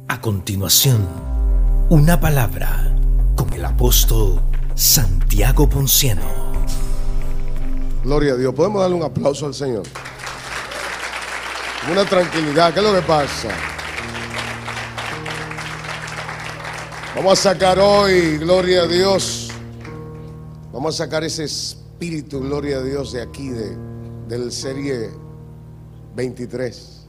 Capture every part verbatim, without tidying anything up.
A continuación, una palabra con el apóstol Santiago Ponciano. Gloria a Dios. Podemos darle un aplauso al Señor. Una tranquilidad. ¿Qué es lo que pasa? Vamos a sacar hoy, gloria a Dios, vamos a sacar ese espíritu, gloria a Dios, de aquí, de, del serie veintitrés.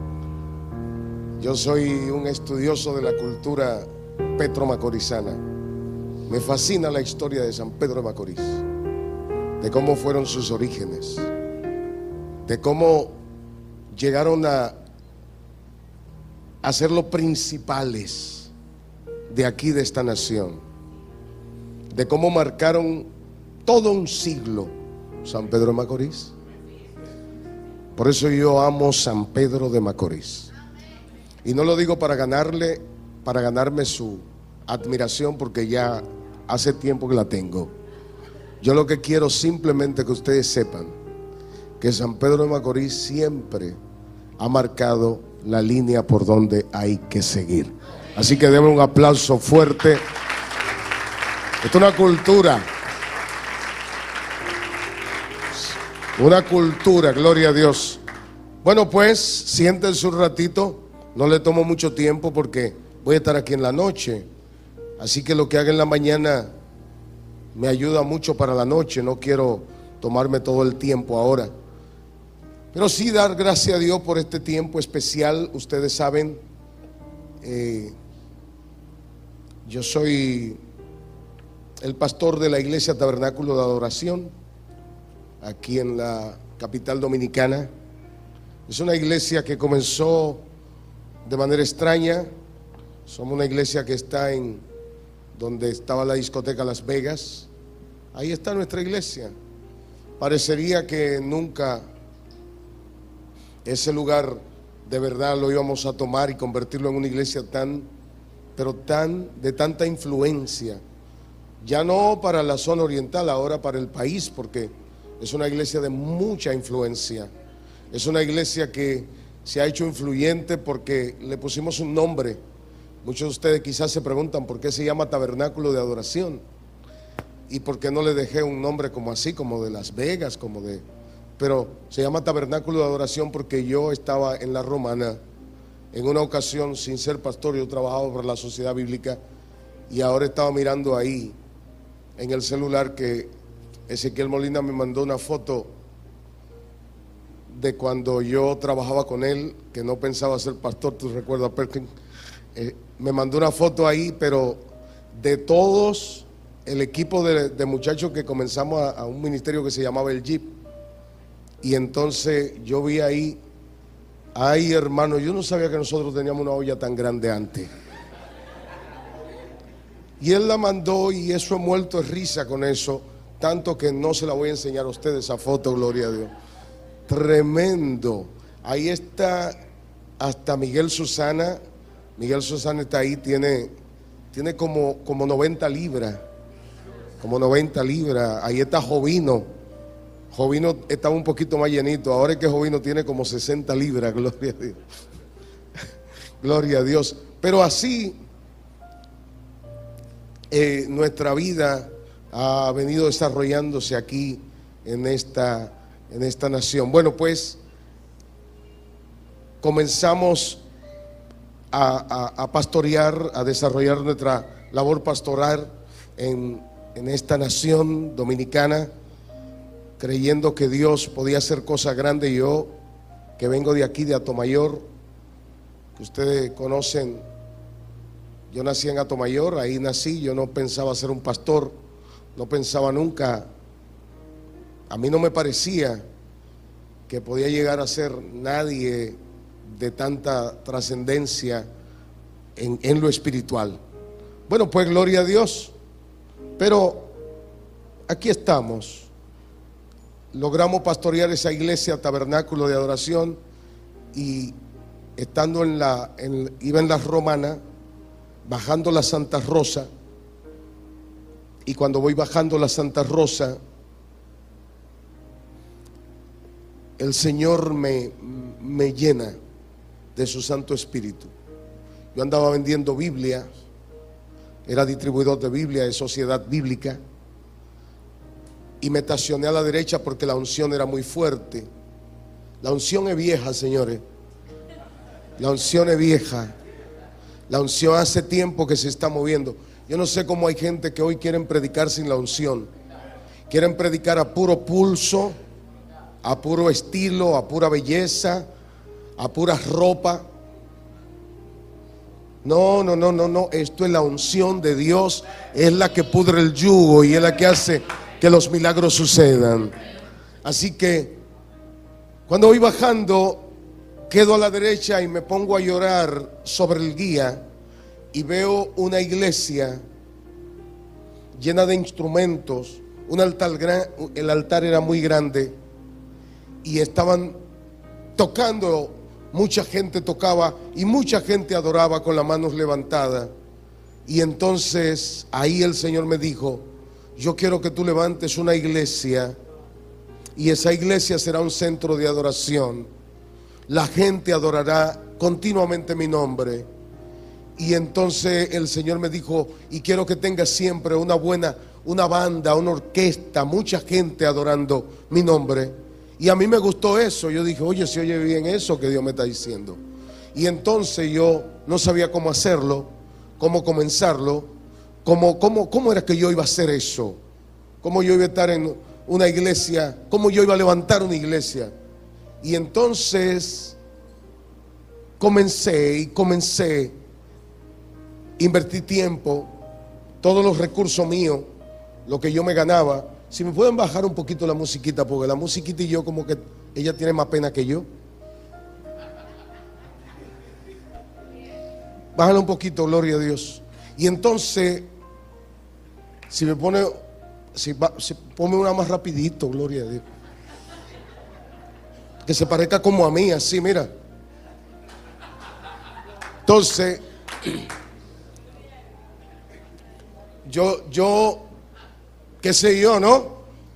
Yo soy un estudioso de la cultura petro-macorizana. Me fascina la historia de San Pedro de Macorís, de cómo fueron sus orígenes, de cómo llegaron a, a ser los principales de aquí, de esta nación, de cómo marcaron todo un siglo San Pedro de Macorís. Por eso yo amo San Pedro de Macorís, y no lo digo para ganarle, para ganarme su admiración, porque ya hace tiempo que la tengo. Yo lo que quiero simplemente que ustedes sepan que San Pedro de Macorís siempre ha marcado la línea por donde hay que seguir. Así que denme un aplauso fuerte. Esto es una cultura. Una cultura, gloria a Dios. Bueno, pues, siéntense un ratito. No le tomo mucho tiempo porque voy a estar aquí en la noche. Así que lo que haga en la mañana me ayuda mucho para la noche. No quiero tomarme todo el tiempo ahora. Pero sí dar gracias a Dios por este tiempo especial. Ustedes saben, eh, yo soy el pastor de la Iglesia Tabernáculo de Adoración, aquí en la capital dominicana. Es una iglesia que comenzó de manera extraña. Somos una iglesia que está en donde estaba la discoteca Las Vegas. Ahí está nuestra iglesia. Parecería que nunca ese lugar de verdad lo íbamos a tomar y convertirlo en una iglesia tan, pero tan, de tanta influencia. Ya no para la zona oriental, ahora para el país, porque es una iglesia de mucha influencia. Es una iglesia que se ha hecho influyente porque le pusimos un nombre. Muchos de ustedes quizás se preguntan por qué se llama Tabernáculo de Adoración y por qué no le dejé un nombre como así, como de Las Vegas, como de... Pero se llama Tabernáculo de Adoración porque yo estaba en la Romana en una ocasión, sin ser pastor. Yo trabajaba para la Sociedad Bíblica y ahora estaba mirando ahí en el celular que Ezequiel Molina me mandó una foto de cuando yo trabajaba con él, que no pensaba ser pastor. ¿Tú recuerdas, Perkins? Eh, me mandó una foto ahí, pero de todos el equipo de, de muchachos que comenzamos a, a un ministerio que se llamaba el Jeep. Y entonces yo vi ahí, ay hermano, yo no sabía que nosotros teníamos una olla tan grande antes. Y él la mandó y eso he muerto de risa con eso, tanto que no se la voy a enseñar a ustedes esa foto, gloria a Dios. Tremendo. Ahí está hasta Miguel Susana. Miguel Susana está ahí, tiene, tiene como, como noventa libras. Como noventa libras. Ahí está Jovino. Jovino estaba un poquito más llenito. Ahora es que Jovino tiene como sesenta libras. Gloria a Dios. Gloria a Dios. Pero así eh, nuestra vida ha venido desarrollándose aquí en esta, en esta nación. Bueno, pues comenzamos a, a, a pastorear, a desarrollar nuestra labor pastoral en, en esta nación dominicana, creyendo que Dios podía hacer cosas grandes. Yo, que vengo de aquí, de Atomayor, que ustedes conocen, yo nací en Atomayor, ahí nací. Yo no pensaba ser un pastor, no pensaba nunca, a mí no me parecía que podía llegar a ser nadie de tanta trascendencia en, en lo espiritual. Bueno, pues gloria a Dios, pero aquí estamos. Logramos pastorear esa iglesia, Tabernáculo de Adoración, y estando en la, en, iba en la Romana, bajando la Santa Rosa, y cuando voy bajando la Santa Rosa, el Señor me, me llena de su Santo Espíritu. Yo andaba vendiendo Biblia, era distribuidor de Biblia de Sociedad Bíblica, y me estacioné a la derecha porque la unción era muy fuerte. La unción es vieja, señores. La unción es vieja. La unción hace tiempo que se está moviendo. Yo no sé cómo hay gente que hoy quieren predicar sin la unción. Quieren predicar a puro pulso, a puro estilo, a pura belleza, a pura ropa. No, no, no, no, no. Esto es la unción de Dios. Es la que pudre el yugo y es la que hace que los milagros sucedan. Así que cuando voy bajando, quedo a la derecha y me pongo a llorar sobre el guía y veo una iglesia llena de instrumentos. Un altar gran, el altar era muy grande y estaban tocando. Mucha gente tocaba y mucha gente adoraba con las manos levantadas. Y entonces ahí el Señor me dijo: yo quiero que tú levantes una iglesia y esa iglesia será un centro de adoración. La gente adorará continuamente mi nombre. Y entonces el Señor me dijo: y quiero que tengas siempre una buena, una banda, una orquesta, mucha gente adorando mi nombre. Y a mí me gustó eso. Yo dije: oye, se oye bien eso que Dios me está diciendo. Y entonces yo no sabía cómo hacerlo, cómo comenzarlo, cómo, cómo, cómo era que yo iba a hacer eso, cómo yo iba a estar en una iglesia, cómo yo iba a levantar una iglesia. Y entonces comencé y comencé, invertí tiempo, todos los recursos míos, lo que yo me ganaba. Si me pueden bajar un poquito la musiquita, porque la musiquita y yo como que ella tiene más pena que yo. Bájala un poquito, gloria a Dios. Y entonces, si me pone, si, va, si ponme una más rapidito, gloria a Dios. Que se parezca como a mí, así, mira. Entonces, yo, yo, qué sé yo, ¿no?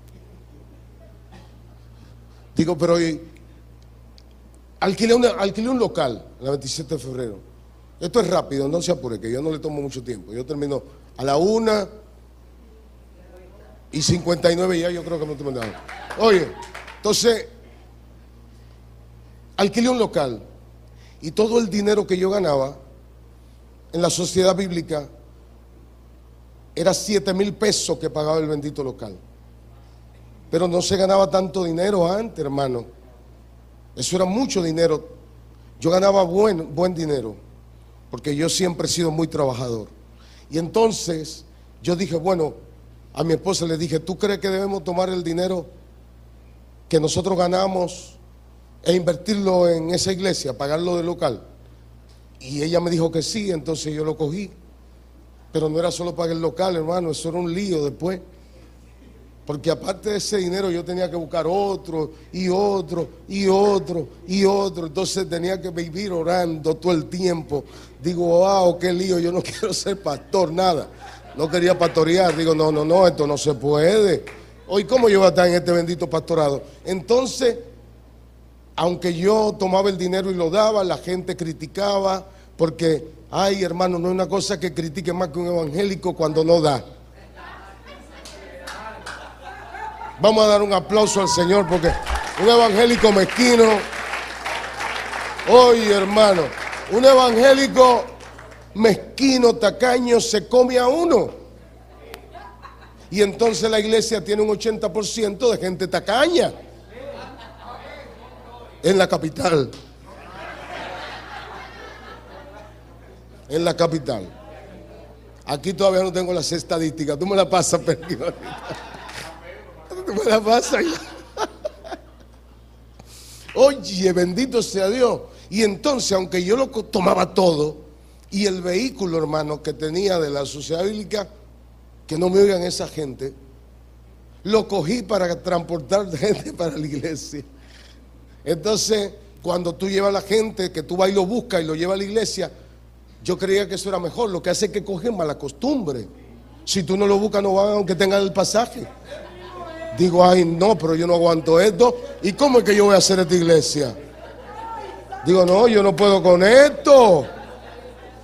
Digo, pero hoy alquilé, una, alquilé un local el veintisiete de febrero. Esto es rápido, no se apure, que yo no le tomo mucho tiempo. Yo termino a la una y cincuenta y nueve ya, yo creo que me estoy mandando. Oye, entonces, alquilé un local y todo el dinero que yo ganaba en la sociedad bíblica era siete mil pesos que pagaba el bendito local. Pero no se ganaba tanto dinero antes, hermano. Eso era mucho dinero. Yo ganaba buen, buen dinero, porque yo siempre he sido muy trabajador. Y entonces yo dije, bueno, a mi esposa le dije: ¿tú crees que debemos tomar el dinero que nosotros ganamos e invertirlo en esa iglesia, pagarlo del local? Y ella me dijo que sí, entonces yo lo cogí. Pero no era solo para el local, hermano, eso era un lío después. Porque aparte de ese dinero yo tenía que buscar otro y otro y otro y otro. Entonces tenía que vivir orando todo el tiempo. Digo, wow, qué lío, yo no quiero ser pastor, nada. No quería pastorear. Digo, no, no, no, esto no se puede. Hoy, ¿cómo yo voy a estar en este bendito pastorado? Entonces, aunque yo tomaba el dinero y lo daba, la gente criticaba. Porque, ay, hermano, no es una cosa que critique más que un evangélico cuando no da. Vamos a dar un aplauso al Señor, porque un evangélico mezquino, oye, hermano, un evangélico mezquino, tacaño, se come a uno. Y entonces la iglesia tiene un ochenta por ciento de gente tacaña en la capital. En la capital. Aquí todavía no tengo las estadísticas. Tú me la pasas, Perky. Tú me la pasas. Oye, bendito sea Dios. Y entonces, aunque yo lo tomaba todo, y el vehículo, hermano, que tenía de la sociedad bíblica, que no me oigan esa gente, lo cogí para transportar gente para la iglesia. Entonces, cuando tú llevas a la gente, que tú vas y lo buscas y lo llevas a la iglesia, yo creía que eso era mejor. Lo que hace es que cogen mala costumbre. Si tú no lo buscas, no van aunque tengan el pasaje. Digo, ay, no, pero yo no aguanto esto. ¿Y cómo es que yo voy a hacer esta iglesia? Digo, no, yo no puedo con esto.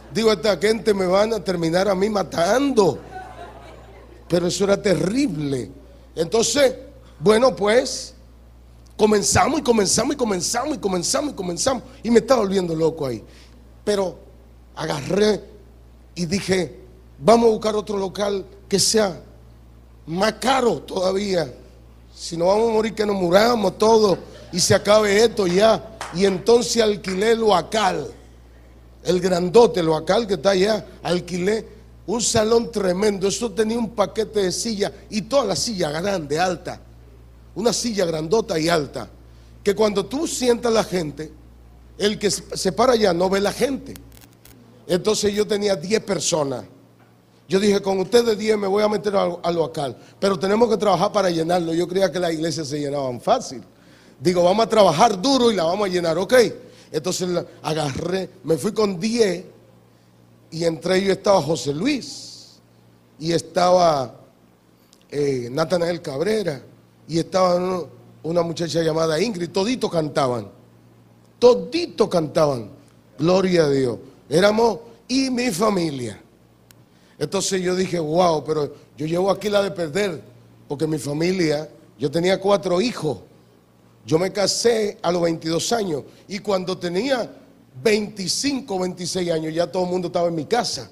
Digo, esta gente me van a terminar a mí matando. Pero eso era terrible. Entonces, bueno, pues comenzamos y comenzamos y comenzamos y comenzamos y comenzamos. Y me estaba volviendo loco ahí. Pero agarré y dije, vamos a buscar otro local que sea más caro todavía. Si no vamos a morir, que nos muramos todos y se acabe esto ya. Y entonces alquilé el Loacal, el grandote, el Loacal que está allá. Alquilé un salón tremendo. Eso tenía un paquete de sillas y toda la silla grande, alta. Una silla grandota y alta. Que cuando tú sientas a la gente, el que se para allá no ve la gente. Entonces yo tenía diez personas. Yo dije, con ustedes diez me voy a meter al, al Loacal, pero tenemos que trabajar para llenarlo. Yo creía que las iglesias se llenaban fácil. Digo, vamos a trabajar duro y la vamos a llenar, ok. Entonces la agarré, me fui con diez y entre ellos estaba José Luis y estaba eh, Natanael Cabrera y estaba uno, una muchacha llamada Ingrid. Toditos cantaban, toditos cantaban, gloria a Dios. Éramos y mi familia. Entonces yo dije, wow, pero yo llevo aquí la de perder, porque mi familia, yo tenía cuatro hijos. Yo me casé a los veintidós años y cuando tenía veinticinco, veintiséis años ya todo el mundo estaba en mi casa.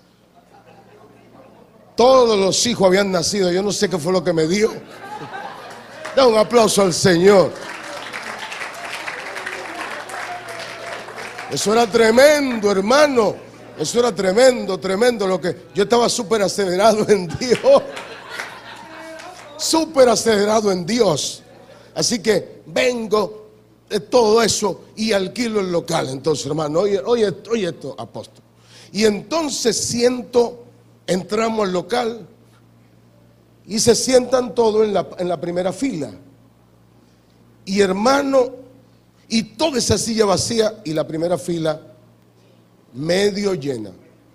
Todos los hijos habían nacido, yo no sé qué fue lo que me dio. Da un aplauso al Señor. Eso era tremendo, hermano. Eso era tremendo, tremendo. Lo que yo estaba súper acelerado en Dios. Súper acelerado en Dios. Así que vengo de todo eso y alquilo el local. Entonces, hermano, oye, oye, oye esto, apóstol. Y entonces siento, entramos al local y se sientan todos en la, en la primera fila. Y hermano, y toda esa silla vacía y la primera fila medio llena.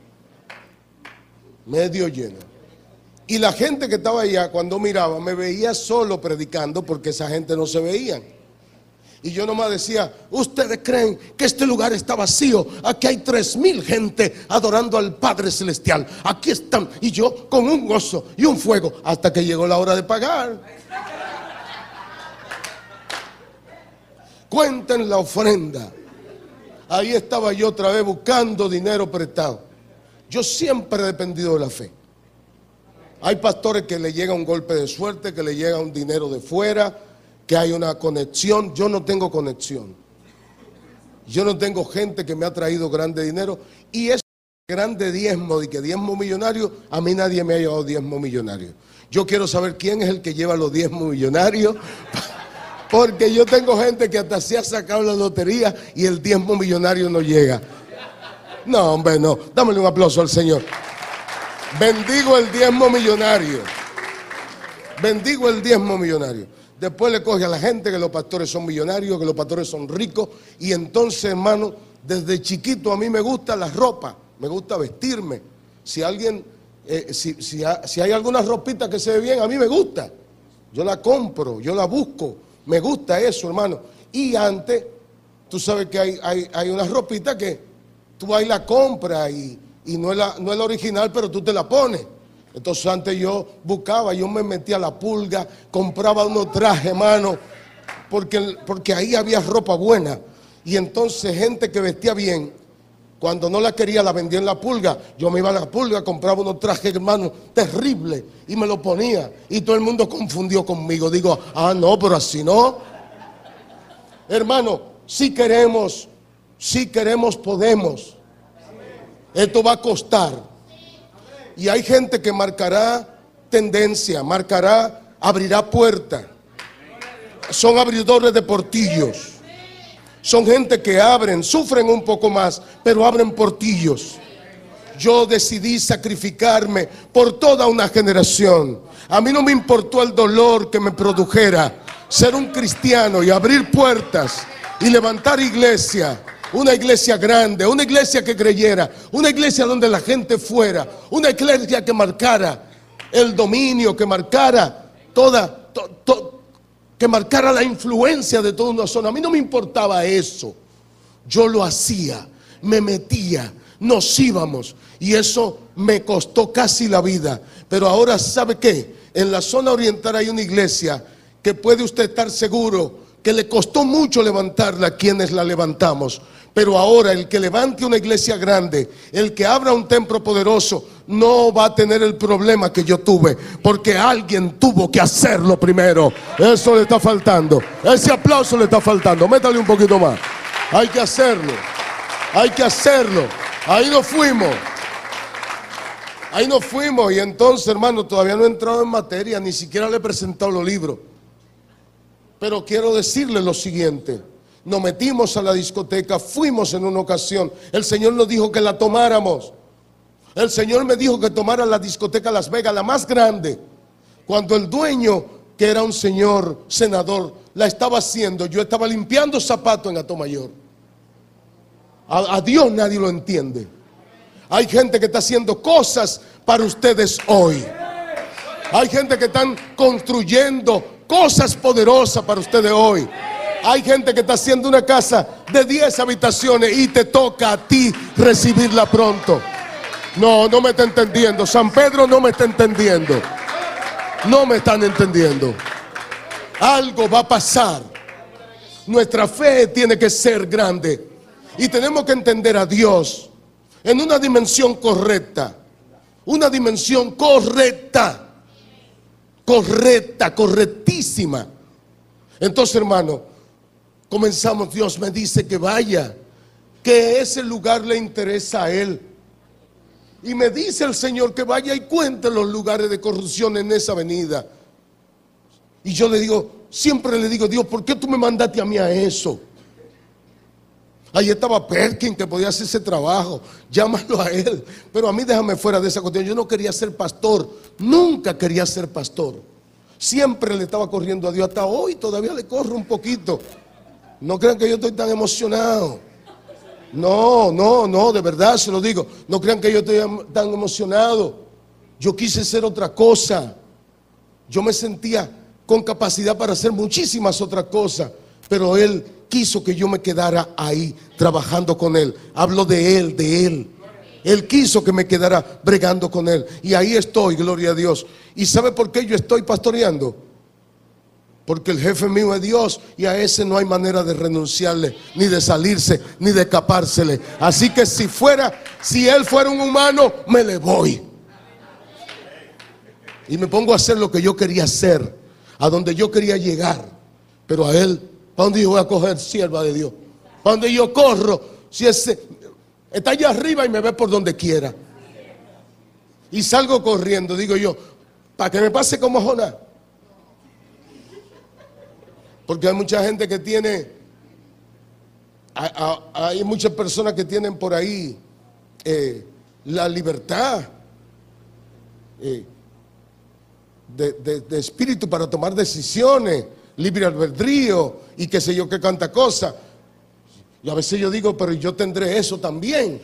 Medio llena. Y la gente que estaba allá, cuando miraba, me veía solo predicando porque esa gente no se veían. Y yo nomás decía, ¿ustedes creen que este lugar está vacío? Aquí hay tres mil gente adorando al Padre Celestial. Aquí están. Y yo con un gozo y un fuego hasta que llegó la hora de pagar. Cuenten la ofrenda. Ahí estaba yo otra vez buscando dinero prestado. Yo siempre he dependido de la fe. Hay pastores que le llega un golpe de suerte, que le llega un dinero de fuera, que hay una conexión. Yo no tengo conexión. Yo no tengo gente que me ha traído grande dinero. Y ese grande diezmo, de que diezmo millonario, a mí nadie me ha llevado diezmo millonario. Yo quiero saber quién es el que lleva los diezmos millonarios. Porque yo tengo gente que hasta se ha sacado la lotería y el diezmo millonario no llega. No, hombre, no. Dámele un aplauso al Señor. Bendigo el diezmo millonario. Bendigo el diezmo millonario. Después le coge a la gente que los pastores son millonarios, que los pastores son ricos. Y entonces, hermano, desde chiquito a mí me gusta la ropa. Me gusta vestirme. Si alguien, eh, si, si, ha, si hay alguna ropita que se ve bien, a mí me gusta. Yo la compro, yo la busco. Me gusta eso, hermano. Y antes, tú sabes que hay, hay, hay una ropita que tú vas y la compras y, y no, es la, no es la original, pero tú te la pones. Entonces antes yo buscaba, yo me metía a la pulga, compraba unos trajes, hermano, porque, porque ahí había ropa buena. Y entonces gente que vestía bien, cuando no la quería la vendía en la pulga. Yo me iba a la pulga, compraba unos trajes, hermano, terribles, y me lo ponía. Y todo el mundo confundió conmigo. Digo, ah, no, pero así no. Hermano, si queremos, si queremos, podemos. Esto va a costar. Y hay gente que marcará tendencia, marcará, abrirá puertas. Son abridores de portillos. Son gente que abren, sufren un poco más, pero abren portillos. Yo decidí sacrificarme por toda una generación. A mí no me importó el dolor que me produjera ser un cristiano y abrir puertas y levantar iglesia. Una iglesia grande, una iglesia que creyera, una iglesia donde la gente fuera, una iglesia que marcara el dominio, que marcara toda, to, to, que marcara la influencia de toda una zona. A mí no me importaba eso. Yo lo hacía, me metía, nos íbamos. Y eso me costó casi la vida. Pero ahora, ¿sabe qué? En la zona oriental hay una iglesia que puede usted estar seguro que le costó mucho levantarla a quienes la levantamos. Pero ahora el que levante una iglesia grande, el que abra un templo poderoso, no va a tener el problema que yo tuve, porque alguien tuvo que hacerlo primero. Eso le está faltando. Ese aplauso le está faltando. Métale un poquito más. Hay que hacerlo. Hay que hacerlo. Ahí nos fuimos. Ahí nos fuimos. Y entonces, hermano, todavía no he entrado en materia, ni siquiera le he presentado los libros. Pero quiero decirle lo siguiente. Nos metimos a la discoteca, fuimos en una ocasión. El Señor nos dijo que la tomáramos. El Señor me dijo que tomara la discoteca Las Vegas, la más grande. Cuando el dueño, que era un señor senador, la estaba haciendo, yo estaba limpiando zapatos en Atomayor. A, a Dios nadie lo entiende. Hay gente que está haciendo cosas para ustedes hoy. Hay gente que están construyendo cosas poderosas para ustedes hoy. Hay gente que está haciendo una casa de diez habitaciones y te toca a ti recibirla pronto. No, no me está entendiendo. San Pedro no me está entendiendo. No me están entendiendo. Algo va a pasar. Nuestra fe tiene que ser grande. Y tenemos que entender a Dios en una dimensión correcta. Una dimensión correcta. Correcta, correctísima. Entonces, hermano, comenzamos. Dios me dice que vaya, que ese lugar le interesa a Él. Y me dice el Señor que vaya y cuente los lugares de corrupción en esa avenida. Y yo le digo, siempre le digo, Dios, ¿por qué tú me mandaste a mí a eso? Ahí estaba Perkin, que podía hacer ese trabajo. Llámalo a él. Pero a mí déjame fuera de esa cuestión. Yo no quería ser pastor. Nunca quería ser pastor. Siempre le estaba corriendo a Dios. Hasta hoy todavía le corro un poquito. No crean que yo estoy tan emocionado. No, no, no, de verdad se lo digo. No crean que yo estoy tan emocionado. Yo quise ser otra cosa. Yo me sentía con capacidad para hacer muchísimas otras cosas. Pero Él quiso que yo me quedara ahí trabajando con Él. Hablo de Él, de Él. Él quiso que me quedara bregando con Él. Y ahí estoy, gloria a Dios. ¿Y sabe por qué yo estoy pastoreando? Porque el jefe mío es Dios y a ese no hay manera de renunciarle, ni de salirse, ni de escapársele. Así que si fuera, si Él fuera un humano, me le voy. Y me pongo a hacer lo que yo quería hacer, a donde yo quería llegar. Pero a Él, ¿para dónde yo voy a coger, sierva de Dios? ¿Para dónde yo corro? Si ese está allá arriba y me ve por donde quiera. Y salgo corriendo, digo yo, para que me pase como Jonás. Porque hay mucha gente que tiene, hay muchas personas que tienen por ahí eh, la libertad eh, de, de, de espíritu para tomar decisiones, libre albedrío y qué sé yo qué canta cosa. Y a veces yo digo, pero yo tendré eso también.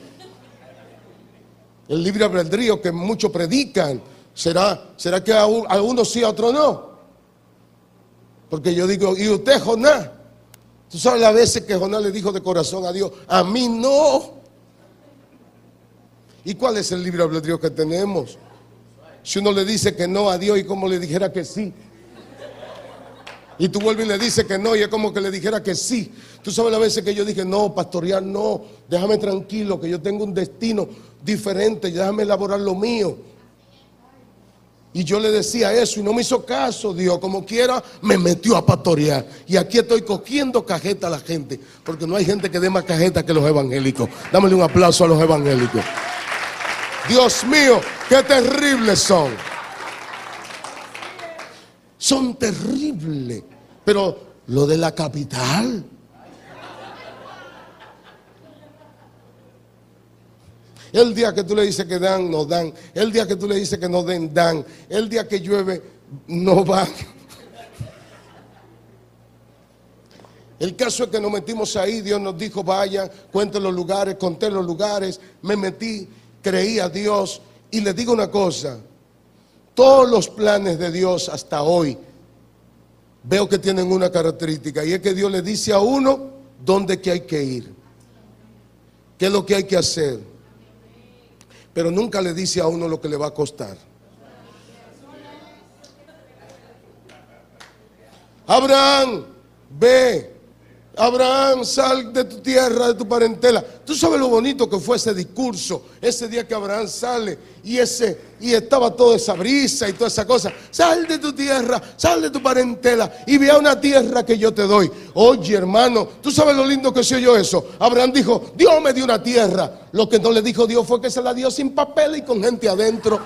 El libre albedrío que muchos predican, ¿será, será que a uno sí, a otro no? Porque yo digo, ¿y usted, Jonás? Tú sabes las veces que Jonás le dijo de corazón a Dios, a mí no. ¿Y cuál es el libre albedrío que tenemos? Si uno le dice que no a Dios y como le dijera que sí. Y tú vuelves y le dices que no y es como que le dijera que sí. Tú sabes las veces que yo dije, no, pastorear no, déjame tranquilo, que yo tengo un destino diferente, déjame elaborar lo mío. Y yo le decía eso y no me hizo caso. Dios, como quiera, me metió a pastorear. Y aquí estoy cogiendo cajeta a la gente, porque no hay gente que dé más cajeta que los evangélicos. Dámele un aplauso a los evangélicos. Dios mío, qué terribles son. Son terribles. Pero lo de la capital. El día que tú le dices que dan, no dan. El día que tú le dices que no den, dan. El día que llueve, no van. El caso es que nos metimos ahí. Dios nos dijo, vayan, cuenten los lugares, conté los lugares. Me metí, creí a Dios. Y les digo una cosa. Todos los planes de Dios hasta hoy veo que tienen una característica. Y es que Dios le dice a uno dónde que hay que ir. ¿Qué es lo que hay que hacer? pero nunca le dice a uno lo que le va a costar. Abraham, ve. Abraham, sal de tu tierra, de tu parentela. Tú sabes lo bonito que fue ese discurso, ese día que Abraham sale y ese y estaba toda esa brisa y toda esa cosa. Sal de tu tierra, sal de tu parentela y ve a una tierra que yo te doy. Oye, hermano, tú sabes lo lindo que se oyó eso. Abraham dijo, Dios me dio una tierra. Lo que no le dijo Dios fue que se la dio sin papel y con gente adentro.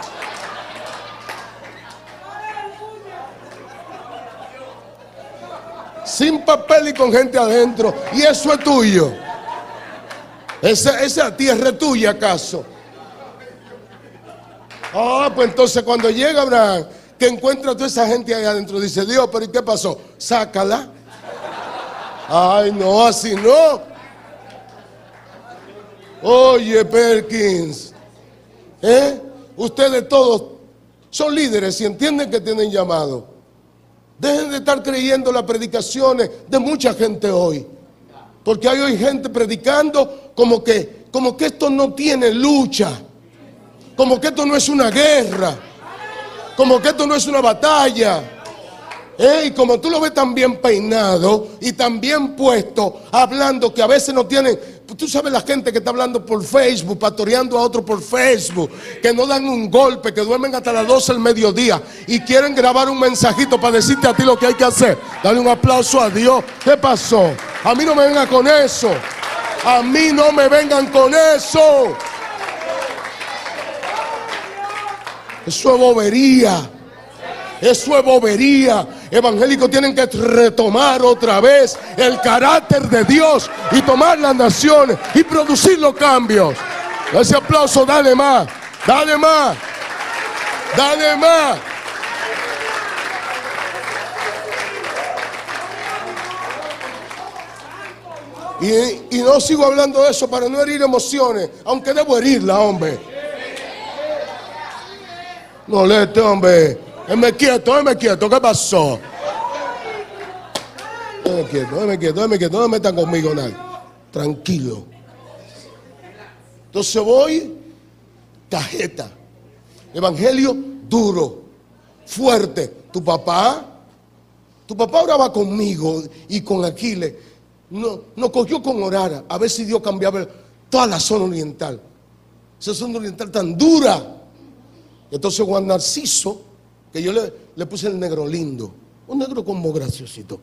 Sin papel y con gente adentro. Y eso es tuyo. Esa, esa tierra es tuya, ¿acaso? Ah, pues entonces cuando llega Abraham, que encuentra a toda esa gente ahí adentro, dice, Dios, pero ¿y qué pasó? Sácala. Ay, no, así no. Oye, Perkins, ¿eh? Ustedes todos son líderes y entienden que tienen llamado. Dejen de estar creyendo las predicaciones de mucha gente hoy. Porque hay hoy gente predicando como que, como que esto no tiene lucha. Como que esto no es una guerra. Como que esto no es una batalla. ¿Eh? Y como tú lo ves tan bien peinado y tan bien puesto, hablando que a veces no tienen... Tú sabes la gente que está hablando por Facebook, pastoreando a otro por Facebook, que no dan un golpe, que duermen hasta las doce del mediodía y quieren grabar un mensajito para decirte a ti lo que hay que hacer. Dale un aplauso a Dios. ¿Qué pasó? A mí no me vengan con eso. A mí no me vengan con eso. Eso es bobería. Eso es bobería. Evangélicos tienen que retomar otra vez el carácter de Dios y tomar las naciones y producir los cambios. Ese aplauso, dale más, dale más, dale más. Y, y no sigo hablando de eso para no herir emociones, aunque debo herirla, hombre. No, léete, hombre. Déjame quieto, déjame quieto, ¿qué pasó? Déjame quieto, déjame quieto, déjame quieto, no me metan conmigo nadie. Tranquilo. Entonces voy, cajeta. Evangelio duro, fuerte. Tu papá, tu papá oraba conmigo y con Aquiles. No, nos cogió con orar, a ver si Dios cambiaba toda la zona oriental. Esa zona oriental tan dura. Entonces Juan Narciso, que yo le, le puse el negro lindo, un negro como graciosito,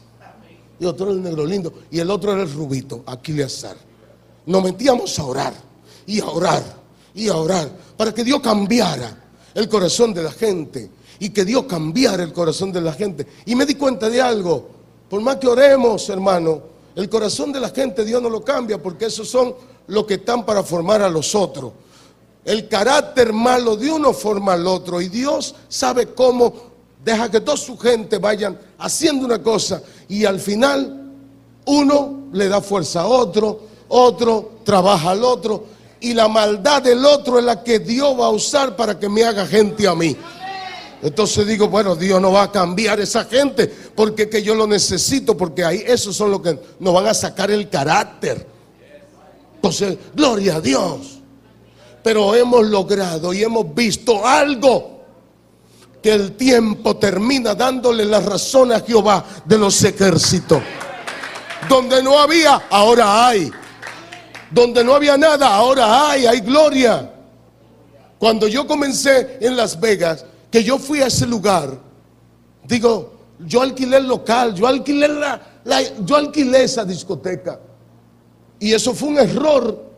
y otro era el negro lindo, y el otro era el rubito, Aquiles. Nos metíamos a orar, y a orar, y a orar, para que Dios cambiara el corazón de la gente, y que Dios cambiara el corazón de la gente. Y me di cuenta de algo, por más que oremos, hermano, el corazón de la gente Dios no lo cambia, porque esos son los que están para formar a los otros. El carácter malo de uno forma al otro, y Dios sabe cómo deja que toda su gente vayan haciendo una cosa y al final uno le da fuerza a otro, otro trabaja al otro, y la maldad del otro es la que Dios va a usar para que me haga gente a mí. Entonces digo, bueno, Dios no va a cambiar esa gente porque que yo lo necesito, porque ahí esos son los que nos van a sacar el carácter. Entonces, gloria a Dios. Pero hemos logrado y hemos visto algo, que el tiempo termina dándole la razón a Jehová de los ejércitos. Donde no había, ahora hay. Donde no había nada, ahora hay, hay gloria. Cuando yo comencé en Las Vegas, que yo fui a ese lugar, digo, yo alquilé el local, yo alquilé, la, la, yo alquilé esa discoteca. Y eso fue un error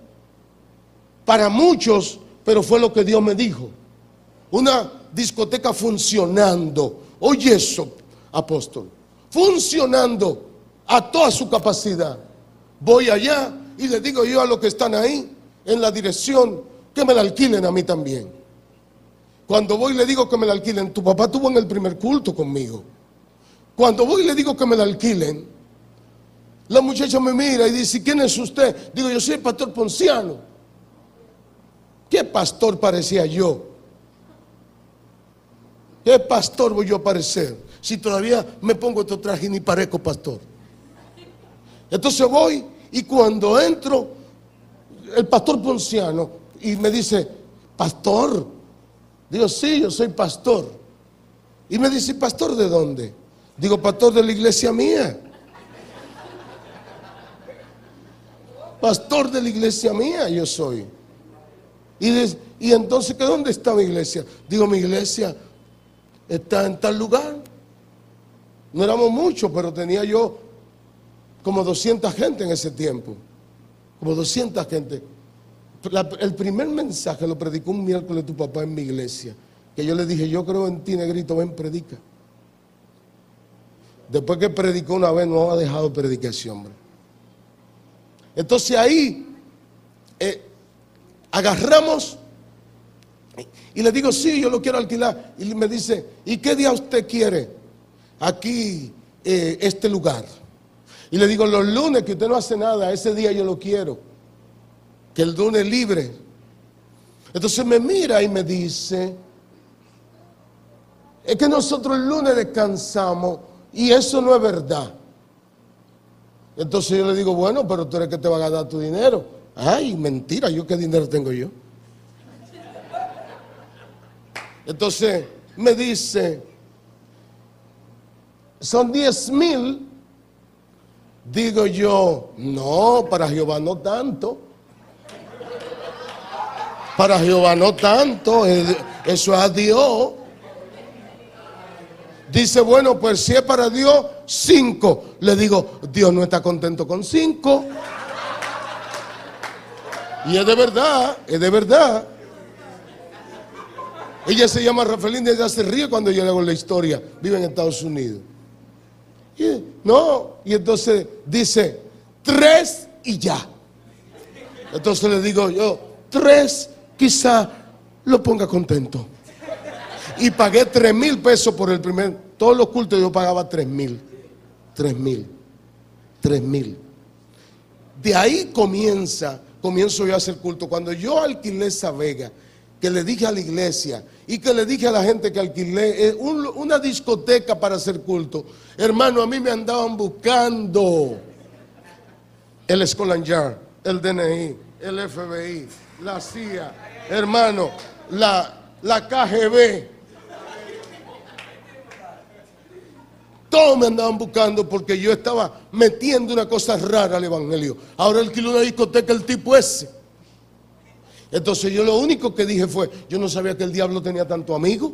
para muchos, pero fue lo que Dios me dijo. Una discoteca funcionando. Oye eso, apóstol. Funcionando a toda su capacidad. Voy allá y le digo yo a los que están ahí en la dirección que me la alquilen a mí también. Cuando voy le digo que me la alquilen. Tu papá estuvo en el primer culto conmigo. Cuando voy le digo que me la alquilen, la muchacha me mira y dice, ¿quién es usted? Digo, yo soy el pastor Ponciano. ¿Qué pastor parecía yo? ¿Qué pastor voy yo a parecer? Si todavía me pongo este traje y ni parezco pastor. Entonces voy y cuando entro, el pastor Ponciano, y me dice, pastor. Digo, sí, yo soy pastor. Y me dice, ¿pastor de dónde? Digo, pastor de la iglesia mía. Pastor de la iglesia mía yo soy. Y, de, y entonces, ¿qué dónde está mi iglesia? Digo, mi iglesia está en tal lugar. No éramos muchos, pero tenía yo como doscientas gente en ese tiempo. Como doscientas gente. La, el primer mensaje lo predicó un miércoles tu papá en mi iglesia. Que yo le dije, yo creo en ti, negrito, ven, predica. Después que predicó una vez, no ha dejado de predicar ese hombre. Entonces ahí eh, agarramos y le digo, sí, yo lo quiero alquilar. Y me dice, ¿y qué día usted quiere aquí eh, este lugar? Y le digo, los lunes que usted no hace nada, ese día yo lo quiero. Que el lunes libre. Entonces me mira y me dice, es que nosotros el lunes descansamos y eso no es verdad. Entonces yo le digo, bueno, pero tú eres que te van a dar tu dinero. Ay, mentira, ¿yo qué dinero tengo yo? Entonces me dice, son diez mil. Digo yo, no, para Jehová no tanto. Para Jehová no tanto, eso es a Dios. Dice, bueno, pues si es para Dios, cinco. Le digo, Dios no está contento con cinco. Y es de verdad, es de verdad. Ella se llama Rafaelina y ella se ríe cuando yo le hago la historia. Vive en Estados Unidos. Y, no, y entonces dice, tres y ya. Entonces le digo yo, tres quizá lo ponga contento. Y pagué tres mil pesos por el primer, todos los cultos yo pagaba tres mil, tres mil, tres mil. De ahí comienza, comienzo yo a hacer culto. Cuando yo alquilé esa vega, que le dije a la iglesia y que le dije a la gente que alquilé eh, un, una discoteca para hacer culto, hermano, a mí me andaban buscando el Scotland Yard, el D N I, el F B I, la C I A, hermano, la, la K G B. Todos me andaban buscando porque yo estaba metiendo una cosa rara al evangelio. Ahora alquiló una discoteca el tipo ese. Entonces yo lo único que dije fue, yo no sabía que el diablo tenía tanto amigo.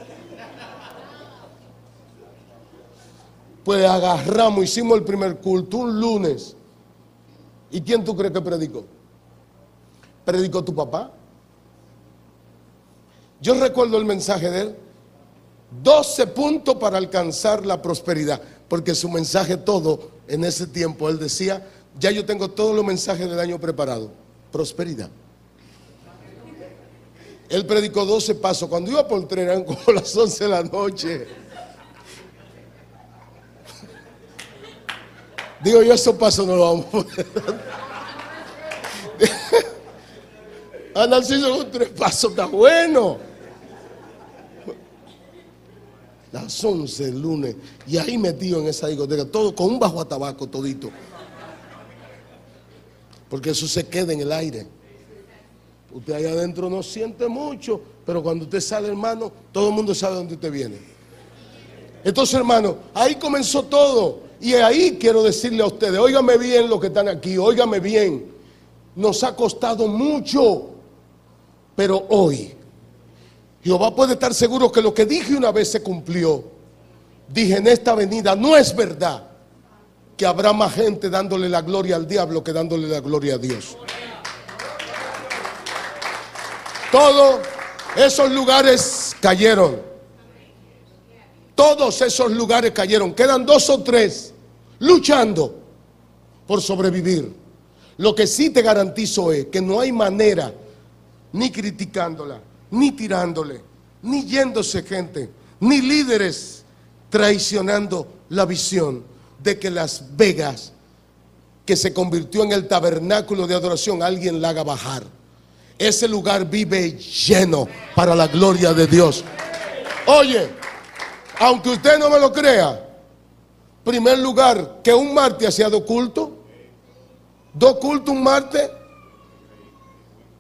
Pues agarramos, hicimos el primer culto un lunes. ¿Y quién tú crees que predicó? ¿Predicó tu papá? Yo recuerdo el mensaje de él. doce puntos para alcanzar la prosperidad. Porque su mensaje todo, en ese tiempo, él decía, ya yo tengo todos los mensajes del año preparados. Prosperidad. Él predicó doce pasos. Cuando iba por tren eran como las once de la noche. Digo yo, esos pasos no los vamos a poner. A Narciso con tres pasos está bueno. Las once del lunes. Y ahí metido en esa discoteca, todo con un bajo a tabaco todito. Porque eso se queda en el aire. Usted allá adentro no siente mucho, pero cuando usted sale, hermano, todo el mundo sabe dónde usted viene. Entonces, hermano, ahí comenzó todo. Y ahí quiero decirle a ustedes, óigame bien los que están aquí, óigame bien. Nos ha costado mucho, pero hoy Jehová puede estar seguro que lo que dije una vez se cumplió. Dije, en esta venida no es verdad que habrá más gente dándole la gloria al diablo que dándole la gloria a Dios. Todos esos lugares cayeron. Todos esos lugares cayeron. Quedan dos o tres luchando por sobrevivir. Lo que sí te garantizo es que no hay manera, ni criticándola, ni tirándole, ni yéndose gente, ni líderes traicionando la visión de que Las Vegas, que se convirtió en el tabernáculo de adoración, alguien la haga bajar. Ese lugar vive lleno para la gloria de Dios. Oye, aunque usted no me lo crea, primer lugar que un martes hacía dos cultos, dos cultos un martes.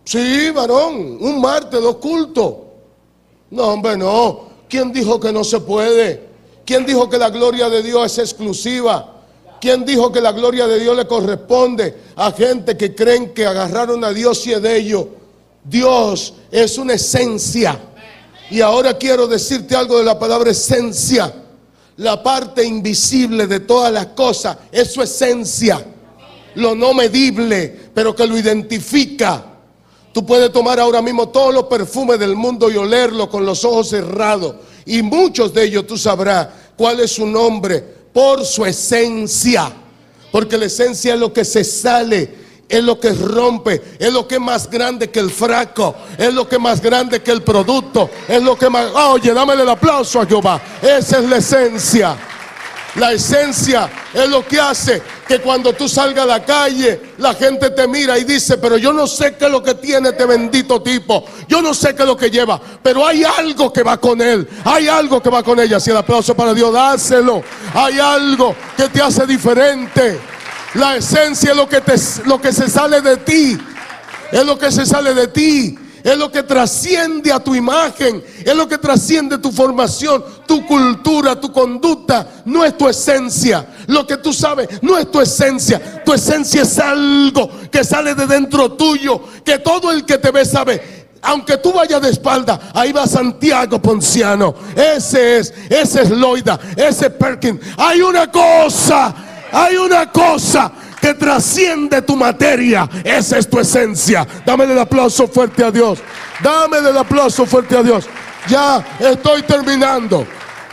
Sí, varón, un martes, dos cultos. No, hombre, no. ¿Quién dijo que no se puede? ¿Quién dijo que la gloria de Dios es exclusiva? ¿Quién dijo que la gloria de Dios le corresponde a gente que creen que agarraron a Dios y es de ellos? Dios es una esencia. Y ahora quiero decirte algo de la palabra esencia. La parte invisible de todas las cosas es su esencia. Lo no medible, pero que lo identifica. Tú puedes tomar ahora mismo todos los perfumes del mundo y olerlo con los ojos cerrados. Y muchos de ellos tú sabrás cuál es su nombre por su esencia. Porque la esencia es lo que se sale, es lo que rompe, es lo que es más grande que el frasco, es lo que es más grande que el producto, es lo que más... Oh, oye, dámele el aplauso a Jehová. Esa es la esencia. La esencia es lo que hace que cuando tú salgas a la calle, la gente te mira y dice, pero yo no sé qué es lo que tiene este bendito tipo, yo no sé qué es lo que lleva, pero hay algo que va con él, hay algo que va con ella. Si el aplauso para Dios, dáselo. Hay algo que te hace diferente. La esencia es lo que, te, lo que se sale de ti, es lo que se sale de ti. Es lo que trasciende a tu imagen, es lo que trasciende tu formación, tu cultura, tu conducta. No es tu esencia. Lo que tú sabes no es tu esencia. Tu esencia es algo que sale de dentro tuyo, que todo el que te ve sabe. Aunque tú vayas de espalda, ahí va Santiago Ponciano. Ese es, ese es Loida, ese es Perkins. Hay una cosa, hay una cosa que trasciende tu materia. Esa es tu esencia. Dámele el aplauso fuerte a Dios. Dámele el aplauso fuerte a Dios. Ya estoy terminando.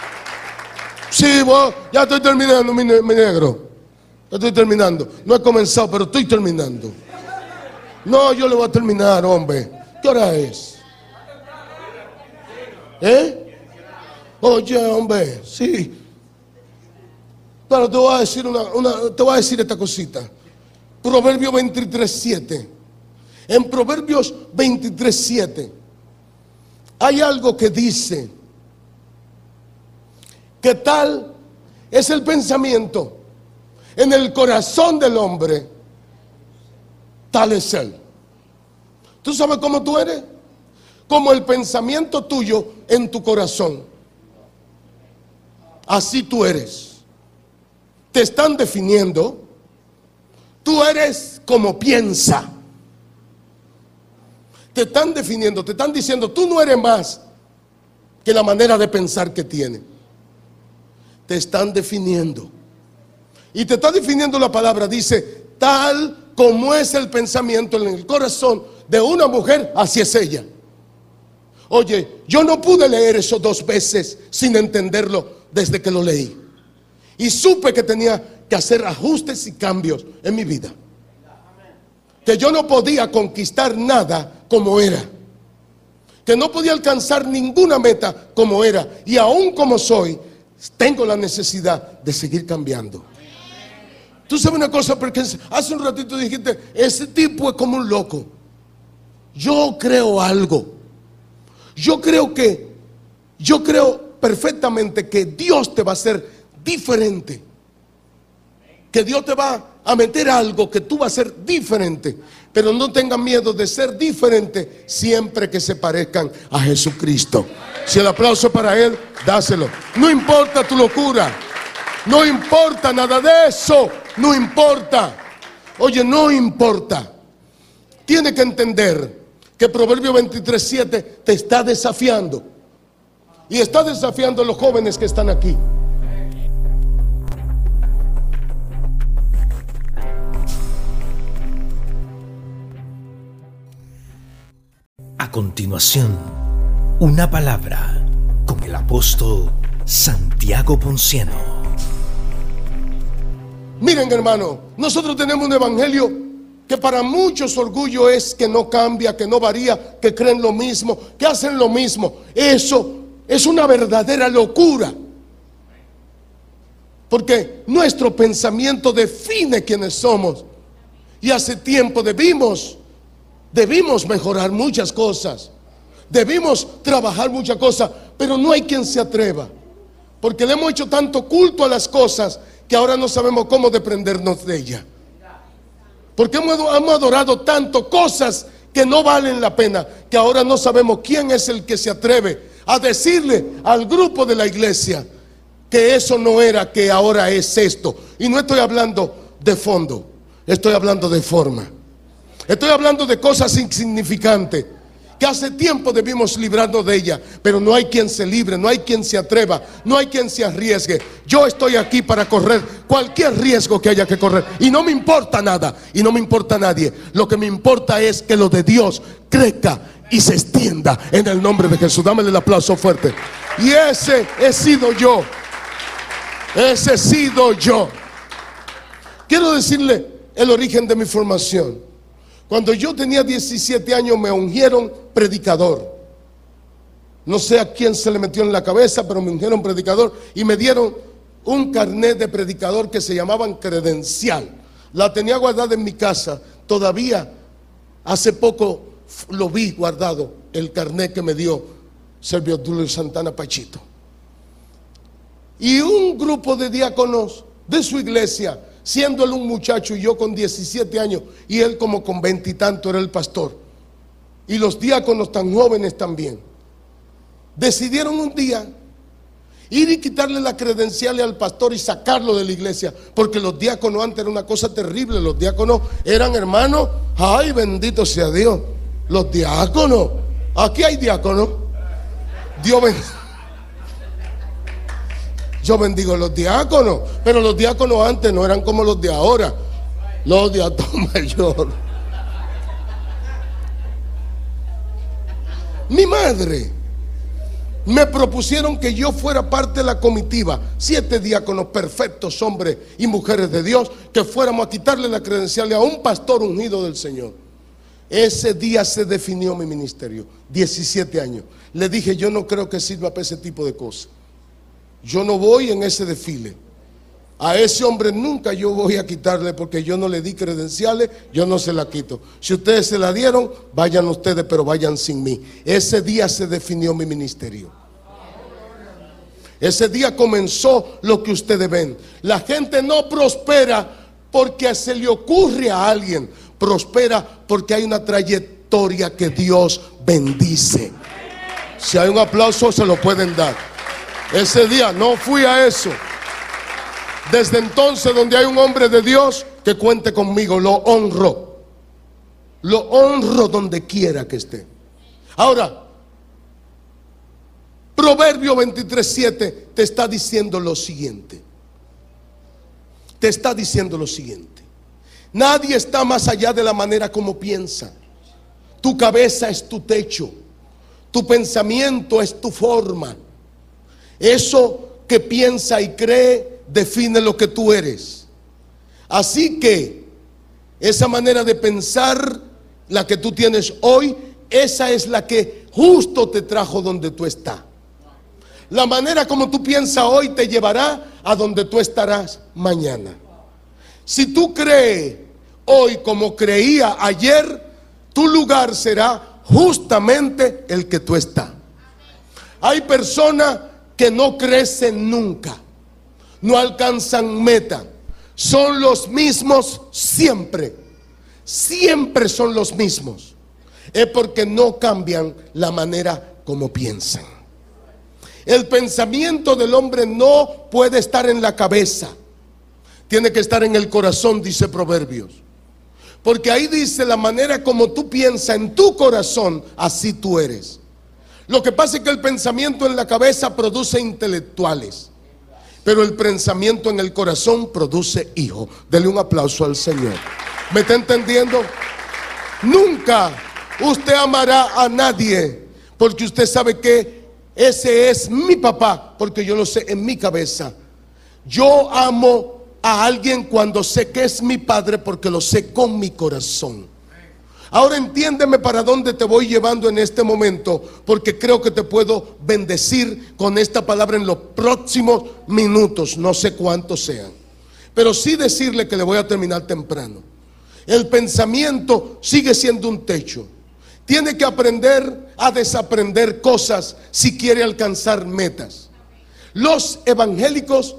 Sí, vos, ya estoy terminando, mi, mi negro. Ya estoy terminando. No he comenzado, pero estoy terminando. No, yo le voy a terminar, hombre. ¿Qué hora es? ¿Eh? Oye, hombre, sí. Pero te voy a decir una, una, te voy a decir esta cosita. Proverbios veintitrés siete. En Proverbios veintitrés siete hay algo que dice que tal es el pensamiento en el corazón del hombre, tal es él. ¿Tú sabes cómo tú eres? Como el pensamiento tuyo en tu corazón. Así tú eres. Te están definiendo. Tú eres como piensa. Te están definiendo, te están diciendo, tú no eres más que la manera de pensar que tienes. Te están definiendo. Y te está definiendo la palabra, dice, tal como es el pensamiento en el corazón de una mujer, así es ella. Oye, yo no pude leer eso dos veces sin entenderlo desde que lo leí. Y supe que tenía que hacer ajustes y cambios en mi vida. Que yo no podía conquistar nada como era. Que no podía alcanzar ninguna meta como era. Y aún como soy, tengo la necesidad de seguir cambiando. Tú sabes una cosa, porque hace un ratito dijiste, ese tipo es como un loco. Yo creo algo. Yo creo que, yo creo perfectamente que Dios te va a hacer diferente, que Dios te va a meter algo que tú vas a ser diferente. Pero no tengas miedo de ser diferente siempre que se parezcan a Jesucristo. Si el aplauso para Él, dáselo. No importa tu locura, no importa nada de eso, no importa. Oye, no importa. Tienes que entender que Proverbio veintitrés siete te está desafiando. Y está desafiando a los jóvenes que están aquí. A continuación, una palabra con el apóstol Santiago Ponciano. Miren, hermano, nosotros tenemos un evangelio que para muchos orgullo es que no cambia, que no varía, que creen lo mismo, que hacen lo mismo. Eso es una verdadera locura. Porque nuestro pensamiento define quiénes somos. Y hace tiempo debimos Debimos mejorar muchas cosas, debimos trabajar muchas cosas, pero no hay quien se atreva, porque le hemos hecho tanto culto a las cosas que ahora no sabemos cómo desprendernos de ellas. Porque hemos, hemos adorado tanto cosas que no valen la pena, que ahora no sabemos quién es el que se atreve a decirle al grupo de la iglesia que eso no era, que ahora es esto. Y no estoy hablando de fondo, estoy hablando de forma. Estoy hablando de cosas insignificantes que hace tiempo debimos librarnos de ella, pero no hay quien se libre, no hay quien se atreva, no hay quien se arriesgue. Yo estoy aquí para correr cualquier riesgo que haya que correr, y no me importa nada, y no me importa nadie. Lo que me importa es que lo de Dios crezca y se extienda en el nombre de Jesús. Dámele el aplauso fuerte. Y ese he sido yo. Ese he sido yo. Quiero decirle el origen de mi formación. Cuando yo tenía diecisiete años me ungieron predicador. No sé a quién se le metió en la cabeza, pero me ungieron predicador y me dieron un carnet de predicador que se llamaban credencial. La tenía guardada en mi casa. Todavía hace poco lo vi guardado, el carnet que me dio Servio Dulio Santana Pachito. Y un grupo de diáconos de su iglesia, siendo él un muchacho y yo con diecisiete años, y él como con veintitantos era el pastor, y los diáconos tan jóvenes también, decidieron un día ir y quitarle las credenciales al pastor y sacarlo de la iglesia, porque los diáconos antes era una cosa terrible. Los diáconos eran hermanos, ay, bendito sea Dios, los diáconos, aquí hay diáconos, Dios bendiga. Yo bendigo a los diáconos, pero los diáconos antes no eran como los de ahora, los de adulto mayor. Mi madre me propusieron que yo fuera parte de la comitiva, siete diáconos perfectos, hombres y mujeres de Dios, que fuéramos a quitarle la credencial a un pastor ungido del Señor. Ese día se definió mi ministerio, diecisiete años. Le dije, yo no creo que sirva para ese tipo de cosas. Yo no voy en ese desfile. A ese hombre nunca yo voy a quitarle, porque yo no le di credenciales, yo no se la quito. Si ustedes se la dieron, vayan ustedes, pero vayan sin mí. Ese día se definió mi ministerio. Ese día comenzó lo que ustedes ven. La gente no prospera porque se le ocurre a alguien. Prospera porque hay una trayectoria que Dios bendice. Si hay un aplauso, se lo pueden dar. Ese día no fui a eso. Desde entonces, donde hay un hombre de Dios, que cuente conmigo, lo honro. Lo honro donde quiera que esté. Ahora, Proverbio veintitrés siete te está diciendo lo siguiente. Te está diciendo lo siguiente. Nadie está más allá de la manera como piensa. Tu cabeza es tu techo. Tu pensamiento es tu forma. Eso que piensa y cree define lo que tú eres. Así que esa manera de pensar, la que tú tienes hoy, esa es la que justo te trajo donde tú estás. La manera como tú piensas hoy te llevará a donde tú estarás mañana. Si tú crees hoy como creía ayer, tu lugar será justamente el que tú estás. Hay personas que no crecen nunca, no alcanzan meta, son los mismos siempre, siempre son los mismos. Es porque no cambian la manera como piensan. El pensamiento del hombre no puede estar en la cabeza, tiene que estar en el corazón, dice Proverbios. Porque ahí dice, la manera como tú piensas en tu corazón, así tú eres. Lo que pasa es que el pensamiento en la cabeza produce intelectuales, pero el pensamiento en el corazón produce hijos. Dele un aplauso al Señor. ¿Me está entendiendo? Nunca usted amará a nadie porque usted sabe que ese es mi papá, porque yo lo sé en mi cabeza. Yo amo a alguien cuando sé que es mi padre, porque lo sé con mi corazón. Ahora entiéndeme para dónde te voy llevando en este momento, porque creo que te puedo bendecir con esta palabra en los próximos minutos, no sé cuántos sean, pero sí decirle que le voy a terminar temprano. El pensamiento sigue siendo un techo. Tiene que aprender a desaprender cosas si quiere alcanzar metas. Los evangélicos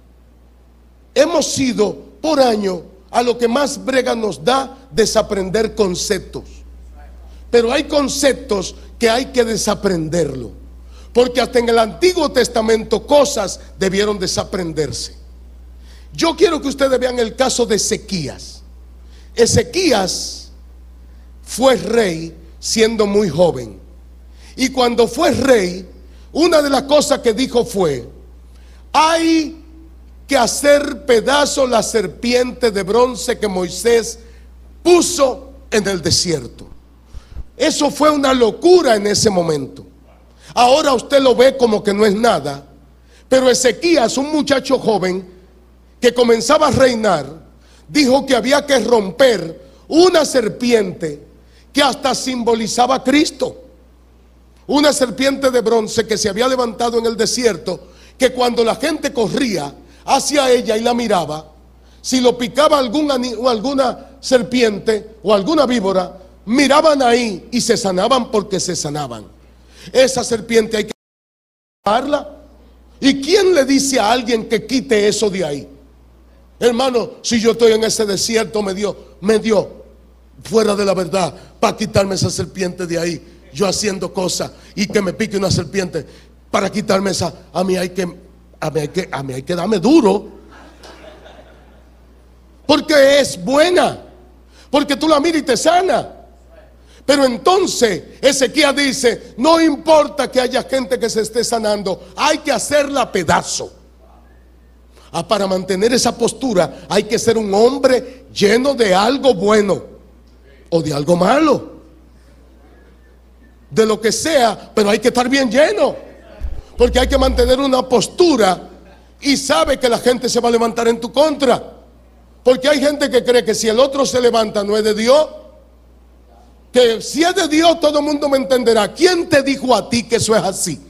hemos sido por año a lo que más brega nos da desaprender conceptos. Pero hay conceptos que hay que desaprenderlo, porque hasta en el Antiguo Testamento cosas debieron desaprenderse. Yo quiero que ustedes vean el caso de Ezequías. Ezequías fue rey siendo muy joven, y cuando fue rey, una de las cosas que dijo fue: hay que hacer pedazos la serpiente de bronce que Moisés puso en el desierto. Eso fue una locura en ese momento. Ahora usted lo ve como que no es nada, pero Ezequías, un muchacho joven que comenzaba a reinar, dijo que había que romper una serpiente que hasta simbolizaba a Cristo. Una serpiente de bronce que se había levantado en el desierto, que cuando la gente corría hacia ella y la miraba, si lo picaba alguna, alguna serpiente o alguna víbora, miraban ahí y se sanaban, porque se sanaban. Esa serpiente hay que quitarla. ¿Y quién le dice a alguien que quite eso de ahí? Hermano, si yo estoy en ese desierto, me dio, me dio, fuera de la verdad, para quitarme esa serpiente de ahí, yo haciendo cosas, y que me pique una serpiente, para quitarme esa, a mí hay que, a mí hay que, a mí hay que darme duro, porque es buena, porque tú la miras y te sana. Pero entonces Ezequías dice: no importa que haya gente que se esté sanando, hay que hacerla pedazo. Ah, para mantener esa postura hay que ser un hombre lleno de algo bueno o de algo malo, de lo que sea, pero hay que estar bien lleno, porque hay que mantener una postura, y sabe que la gente se va a levantar en tu contra, porque hay gente que cree que si el otro se levanta no es de Dios, que si es de Dios todo el mundo me entenderá. ¿Quién te dijo a ti que eso es así?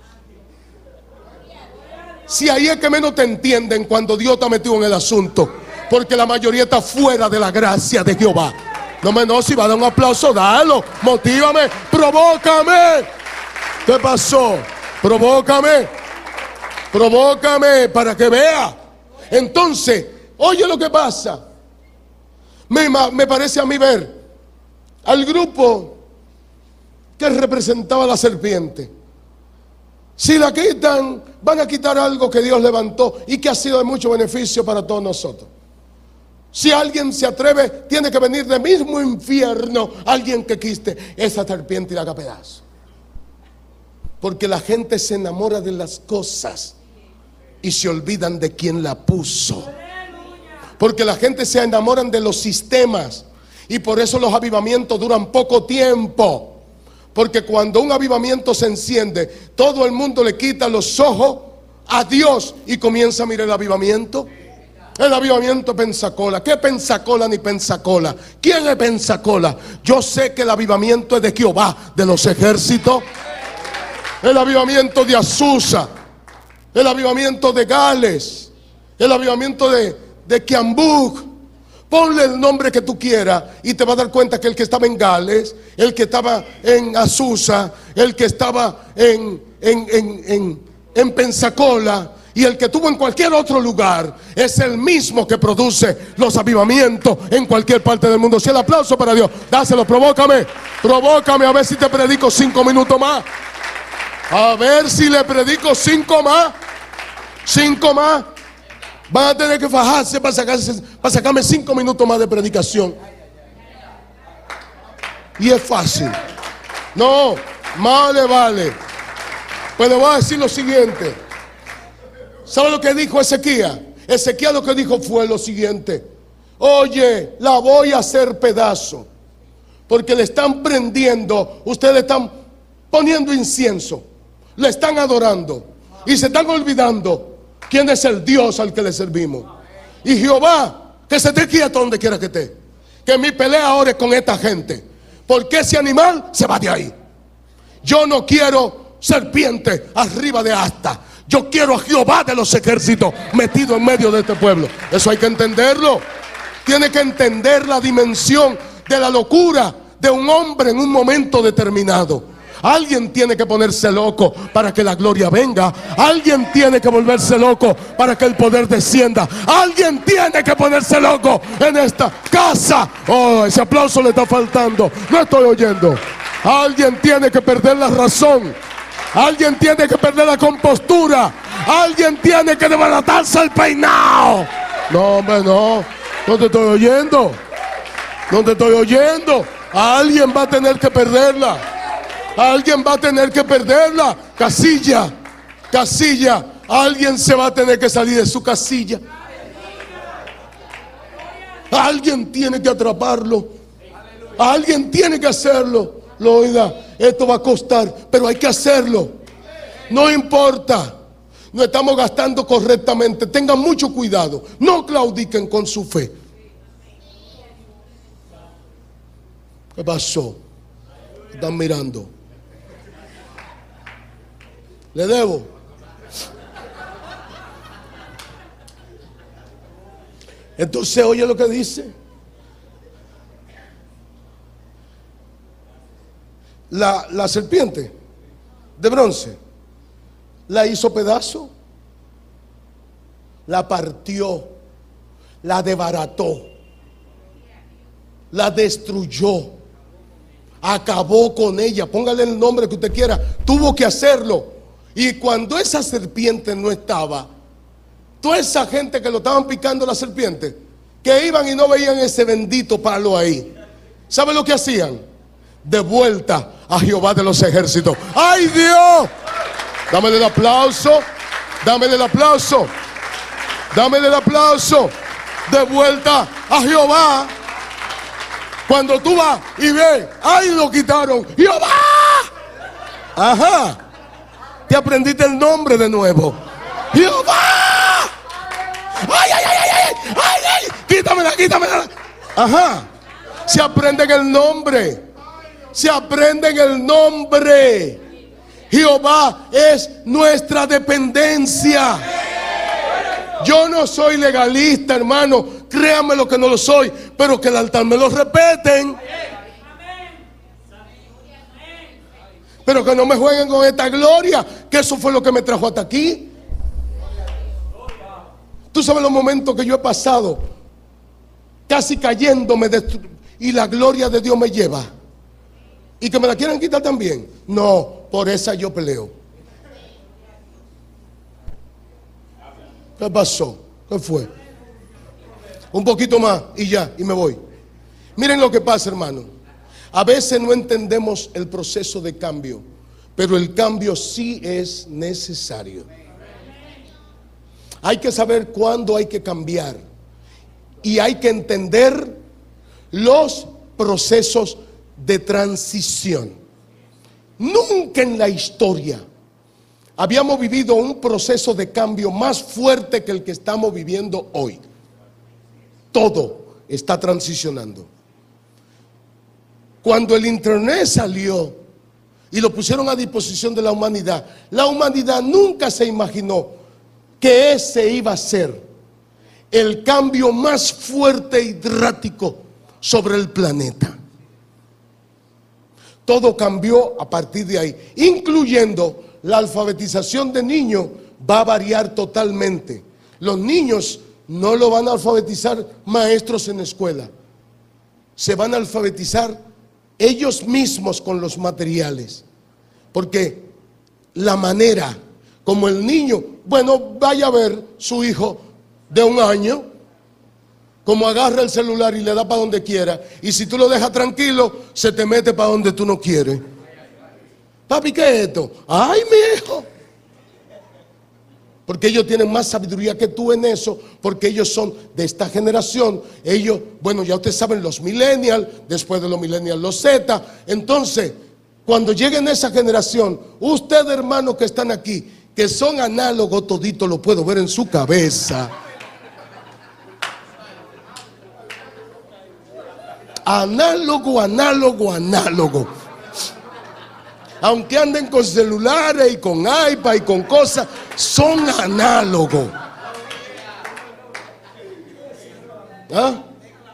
Si ahí es que menos te entienden, cuando Dios te ha metido en el asunto, porque la mayoría está fuera de la gracia de Jehová. No me no, si va a dar un aplauso, dalo, motívame, provócame. ¿Qué pasó? Provócame, provócame para que vea. Entonces, oye lo que pasa. Me, me parece a mí ver al grupo que representaba la serpiente. Si la quitan, van a quitar algo que Dios levantó y que ha sido de mucho beneficio para todos nosotros. Si alguien se atreve, tiene que venir del mismo infierno alguien que quiste esa serpiente y la haga pedazo. Porque la gente se enamora de las cosas y se olvidan de quien la puso. Porque la gente se enamoran de los sistemas, y por eso los avivamientos duran poco tiempo. Porque cuando un avivamiento se enciende, todo el mundo le quita los ojos a Dios y comienza a mirar el avivamiento. El avivamiento Pensacola. ¿Qué Pensacola ni Pensacola? ¿Quién es Pensacola? Yo sé que el avivamiento es de Jehová de los ejércitos. El avivamiento de Azusa, el avivamiento de Gales, el avivamiento de, de Kiambuk. Ponle el nombre que tú quieras y te vas a dar cuenta que el que estaba en Gales, el que estaba en Azusa, el que estaba en, en, en, en, en Pensacola y el que estuvo en cualquier otro lugar es el mismo que produce los avivamientos en cualquier parte del mundo. Si el aplauso para Dios, dáselo, provócame, provócame a ver si te predico cinco minutos más. A ver si le predico cinco más, cinco más. Van a tener que fajarse para, sacarse, para sacarme cinco minutos más de predicación. Y es fácil. No, más le vale. Pues le voy a decir lo siguiente. ¿Sabe lo que dijo Ezequías? Ezequías lo que dijo fue lo siguiente: oye, la voy a hacer pedazo, porque le están prendiendo, ustedes le están poniendo incienso, le están adorando y se están olvidando quién es el Dios al que le servimos. Y Jehová, que se esté quieto donde quiera que esté, que mi pelea ahora es con esta gente, porque ese animal se va de ahí. Yo no quiero serpiente arriba de asta. Yo quiero a Jehová de los ejércitos metido en medio de este pueblo. Eso hay que entenderlo. Tiene que entender la dimensión de la locura de un hombre en un momento determinado. Alguien tiene que ponerse loco para que la gloria venga. Alguien tiene que volverse loco para que el poder descienda. Alguien tiene que ponerse loco en esta casa. Oh, ese aplauso le está faltando. No estoy oyendo. Alguien tiene que perder la razón. Alguien tiene que perder la compostura. Alguien tiene que desbaratarse el peinado. No, hombre, no. No te estoy oyendo. No te estoy oyendo. Alguien va a tener que perderla. Alguien va a tener que perderla. Casilla, casilla. Alguien se va a tener que salir de su casilla. Alguien tiene que atraparlo. Alguien tiene que hacerlo. Lo oiga, esto va a costar, pero hay que hacerlo. No importa. No estamos gastando correctamente. Tengan mucho cuidado. No claudiquen con su fe. ¿Qué pasó? Están mirando. Le debo. Entonces, oye lo que dice. La, la serpiente de bronce la hizo pedazo, la partió, la desbarató, la destruyó, acabó con ella. Póngale el nombre que usted quiera. Tuvo que hacerlo. Y cuando esa serpiente no estaba, toda esa gente que lo estaban picando la serpiente, que iban y no veían ese bendito palo ahí, ¿sabe lo que hacían? De vuelta a Jehová de los ejércitos. ¡Ay, Dios! Dámele el aplauso. Dámele el aplauso. Dámele el aplauso. De vuelta a Jehová. Cuando tú vas y ves, ¡ay, lo quitaron! ¡Jehová! Ajá. Te aprendiste el nombre de nuevo. ¡Jehová! ¡Ay, ay, ay, ay! ¡Ay, ay! ¡Quítamela, quítamela! Ajá. Se aprenden el nombre. Se aprenden el nombre. Jehová es nuestra dependencia. Yo no soy legalista, hermano. Créanme lo que no lo soy. Pero que el altar me lo respeten. Pero que no me jueguen con esta gloria, que eso fue lo que me trajo hasta aquí. Tú sabes los momentos que yo he pasado casi cayéndome y la gloria de Dios me lleva. Y que me la quieran quitar también. No, por esa yo peleo. ¿Qué pasó? ¿Qué fue? Un poquito más y ya, y me voy. Miren lo que pasa, hermano. A veces no entendemos el proceso de cambio, pero el cambio sí es necesario. Hay que saber cuándo hay que cambiar y hay que entender los procesos de transición. Nunca en la historia habíamos vivido un proceso de cambio más fuerte que el que estamos viviendo hoy. Todo está transicionando. Cuando el internet salió y lo pusieron a disposición de la humanidad, la humanidad nunca se imaginó que ese iba a ser el cambio más fuerte y drástico sobre el planeta. Todo cambió a partir de ahí, incluyendo la alfabetización de niños. Va a variar totalmente. Los niños no lo van a alfabetizar maestros en la escuela. Se van a alfabetizar ellos mismos con los materiales. Porque la manera como el niño, bueno, vaya a ver su hijo de un año, como agarra el celular y le da para donde quiera. Y si tú lo dejas tranquilo, se te mete para donde tú no quieres. Papi, ¿qué es esto? Ay, mi hijo. Porque ellos tienen más sabiduría que tú en eso, porque ellos son de esta generación. Ellos, bueno, ya ustedes saben, los millennials, después de los millennials los Z. Entonces, cuando lleguen a esa generación, ustedes, hermanos que están aquí, que son análogos todito, lo puedo ver en su cabeza. Análogo, análogo, análogo. Aunque anden con celulares y con iPad y con cosas, son análogos. ¿Ah?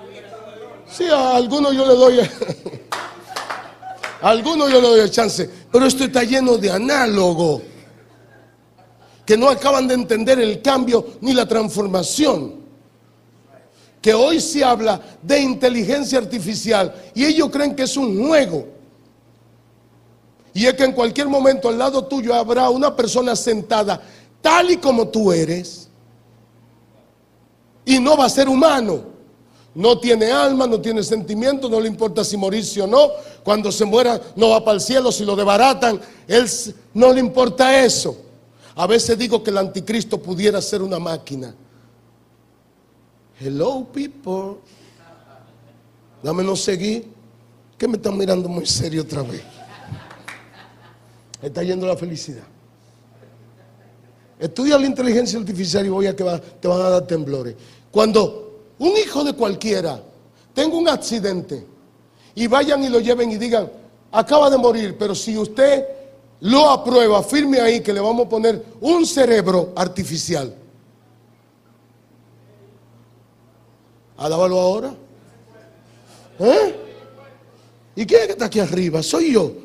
Sí, a algunos yo le doy a algunos yo le doy el chance. Pero esto está lleno de análogo, que no acaban de entender el cambio ni la transformación. Que hoy se habla de inteligencia artificial y ellos creen que es un juego. Y es que en cualquier momento al lado tuyo habrá una persona sentada tal y como tú eres. Y no va a ser humano. No tiene alma, no tiene sentimiento, no le importa si morirse o no. Cuando se muera no va para el cielo, si lo desbaratan, él no le importa eso. A veces digo que el anticristo pudiera ser una máquina. Hello people. Dame no seguir. ¿Qué me están mirando muy serio otra vez? Está yendo la felicidad. Estudia la inteligencia artificial y voy a que va, te van a dar temblores. Cuando un hijo de cualquiera tenga un accidente y vayan y lo lleven y digan, acaba de morir, pero si usted lo aprueba, firme ahí que le vamos a poner un cerebro artificial. Alábalo ahora. ¿Eh? ¿Y quién es que está aquí arriba? Soy yo.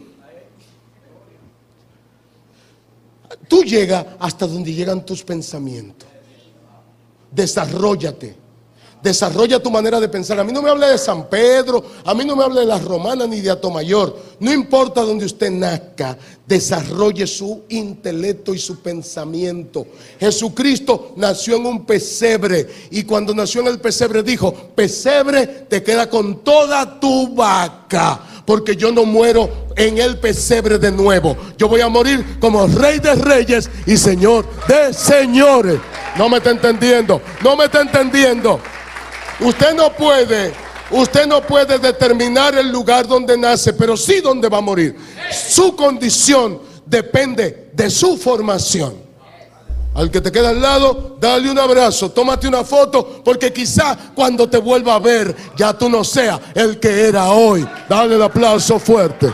Tú llegas hasta donde llegan tus pensamientos. Desarróllate. Desarrolla tu manera de pensar. A mí no me hable de San Pedro, a mí no me hable de las romanas ni de Atomayor. No importa donde usted nazca, desarrolle su intelecto y su pensamiento. Jesucristo nació en un pesebre y cuando nació en el pesebre dijo, pesebre, te queda con toda tu vaca, porque yo no muero en el pesebre de nuevo. Yo voy a morir como Rey de Reyes y Señor de Señores. No me está entendiendo, no me está entendiendo. Usted no puede, usted no puede determinar el lugar donde nace, pero sí donde va a morir. Su condición depende de su formación. Al que te queda al lado, dale un abrazo, tómate una foto, porque quizá cuando te vuelva a ver, ya tú no seas el que era hoy. Dale el aplauso fuerte.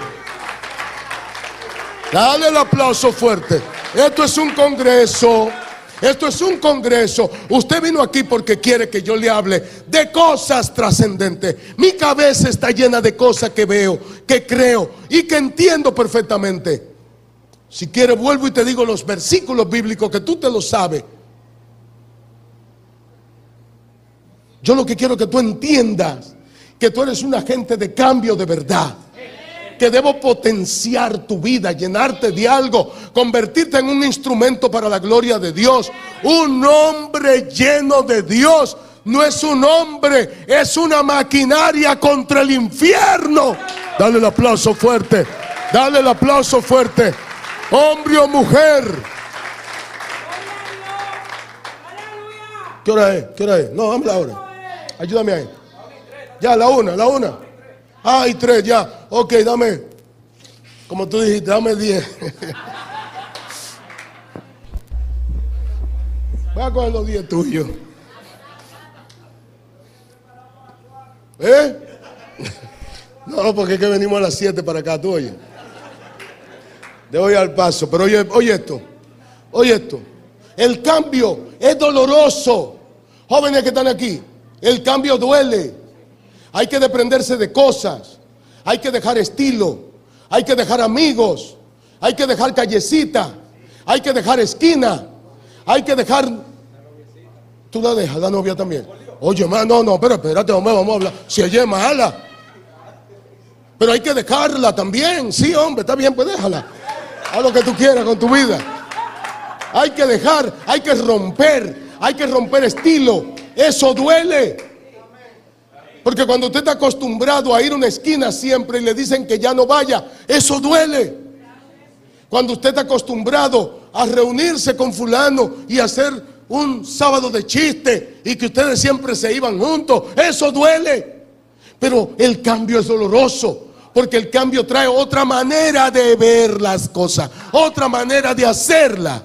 Dale el aplauso fuerte. Esto es un congreso. Esto es un congreso. Usted vino aquí porque quiere que yo le hable de cosas trascendentes. Mi cabeza está llena de cosas que veo, que creo y que entiendo perfectamente. Si quieres vuelvo y te digo los versículos bíblicos que tú te los sabes. Yo lo que quiero que tú entiendas que tú eres un agente de cambio de verdad. Que debo potenciar tu vida, llenarte de algo, convertirte en un instrumento para la gloria de Dios. Un hombre lleno de Dios no es un hombre, es una maquinaria contra el infierno. Dale el aplauso fuerte, dale el aplauso fuerte. Hombre o mujer. ¿Qué hora es? ¿Qué hora es? No, dame la hora. Ayúdame ahí. Ya, la una, la una. Ah, y tres, ya. Ok, dame. Como tú dijiste, dame diez. Voy a coger los diez tuyos. ¿Eh? No, porque es que venimos a las siete para acá, tú oye. De hoy al paso. Pero oye, oye esto. Oye esto. El cambio es doloroso. Jóvenes que están aquí, el cambio duele. Hay que desprenderse de cosas. Hay que dejar estilo. Hay que dejar amigos. Hay que dejar callecita. Hay que dejar esquina. Hay que dejar. Tú la dejas, la novia también. Oye, ma, no, no, pero espérate, hombre, vamos a hablar. Si ella es mala. Pero hay que dejarla también. Sí, hombre, está bien, pues déjala. Haz lo que tú quieras con tu vida. Hay que dejar, hay que romper. Hay que romper estilo. Eso duele. Porque cuando usted está acostumbrado a ir a una esquina siempre y le dicen que ya no vaya, eso duele. Cuando usted está acostumbrado a reunirse con fulano y hacer un sábado de chiste y que ustedes siempre se iban juntos, eso duele. Pero el cambio es doloroso, porque el cambio trae otra manera de ver las cosas, otra manera de hacerla.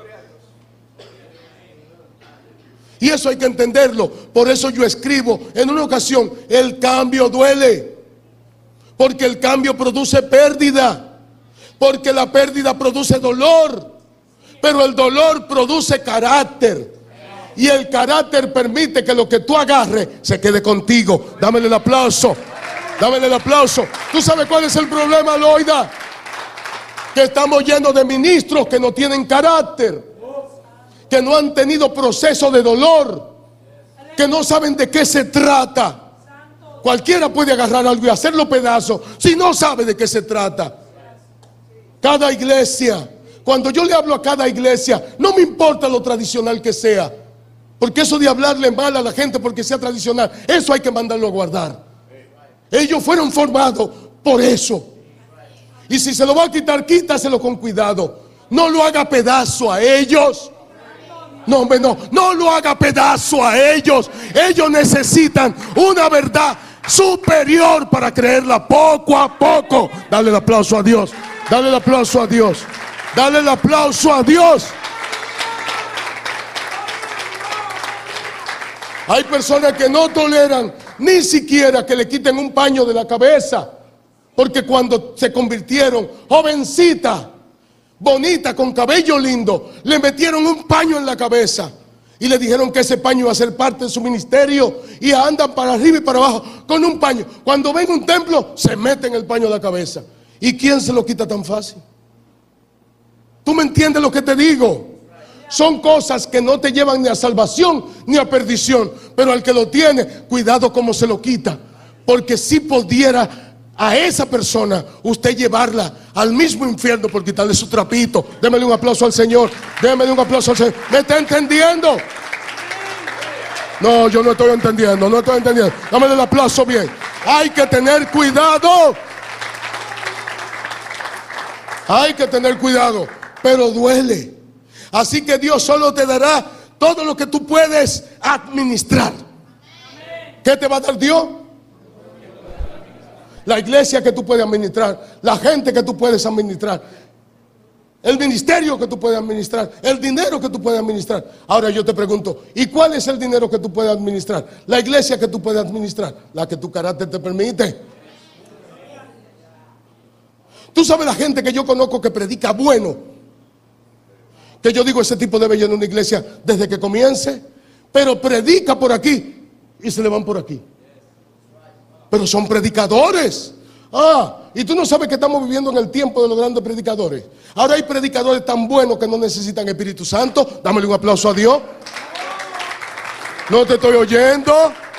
Y eso hay que entenderlo. Por eso yo escribo en una ocasión, el cambio duele. Porque el cambio produce pérdida. Porque la pérdida produce dolor. Pero el dolor produce carácter. Y el carácter permite que lo que tú agarres se quede contigo. Dámele el aplauso. Dámele el aplauso. ¿Tú sabes cuál es el problema, Loida? Que estamos llenos de ministros que no tienen carácter, que no han tenido proceso de dolor, que no saben de qué se trata. Cualquiera puede agarrar algo y hacerlo pedazo si no sabe de qué se trata. Cada iglesia, cuando yo le hablo a cada iglesia, no me importa lo tradicional que sea, porque eso de hablarle mal a la gente porque sea tradicional, eso hay que mandarlo a guardar. Ellos fueron formados por eso. Y si se lo va a quitar, quítaselo con cuidado. No lo haga pedazo a ellos. No, hombre, no, no lo haga pedazo a ellos. Ellos necesitan una verdad superior para creerla poco a poco. Dale el aplauso a Dios. Dale el aplauso a Dios. Dale el aplauso a Dios. Hay personas que no toleran ni siquiera que le quiten un paño de la cabeza, porque cuando se convirtieron, jovencita, bonita, con cabello lindo, le metieron un paño en la cabeza y le dijeron que ese paño iba a ser parte de su ministerio, y andan para arriba y para abajo con un paño. Cuando ven un templo, se meten el paño en la cabeza. ¿Y quién se lo quita tan fácil? ¿Tú me entiendes lo que te digo? Son cosas que no te llevan ni a salvación ni a perdición, pero al que lo tiene, cuidado cómo se lo quita, porque si pudiera a esa persona usted llevarla al mismo infierno por quitarle su trapito. Démele un aplauso al Señor. Démele un aplauso al Señor. ¿Me está entendiendo? No, yo no estoy entendiendo, no estoy entendiendo. Dámele el aplauso bien. Hay que tener cuidado. Hay que tener cuidado, pero duele. Así que Dios solo te dará todo lo que tú puedes administrar. ¿Qué te va a dar Dios? La iglesia que tú puedes administrar, la gente que tú puedes administrar, el ministerio que tú puedes administrar, el dinero que tú puedes administrar. Ahora yo te pregunto, ¿y cuál es el dinero que tú puedes administrar? La iglesia que tú puedes administrar, la que tu carácter te permite. Tú sabes la gente que yo conozco que predica bueno, que yo digo, ese tipo debe llenar una iglesia desde que comience, pero predica por aquí y se le van por aquí. Pero son predicadores. Ah, y tú no sabes que estamos viviendo en el tiempo de los grandes predicadores. Ahora hay predicadores tan buenos que no necesitan Espíritu Santo. Dámele un aplauso a Dios. No te estoy oyendo.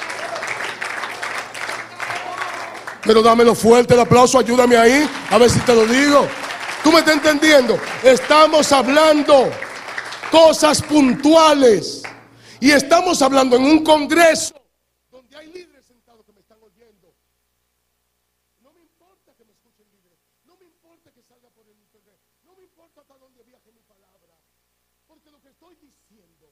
Pero dámelo fuerte el aplauso, ayúdame ahí, a ver si te lo digo. ¿Tú me estás entendiendo? Estamos hablando cosas puntuales. Y estamos hablando en un congreso donde hay líderes sentados que me están oyendo. No me importa que me escuchen líderes. No me importa que salga por el internet. No me importa hasta dónde viaje mi palabra. Porque lo que estoy diciendo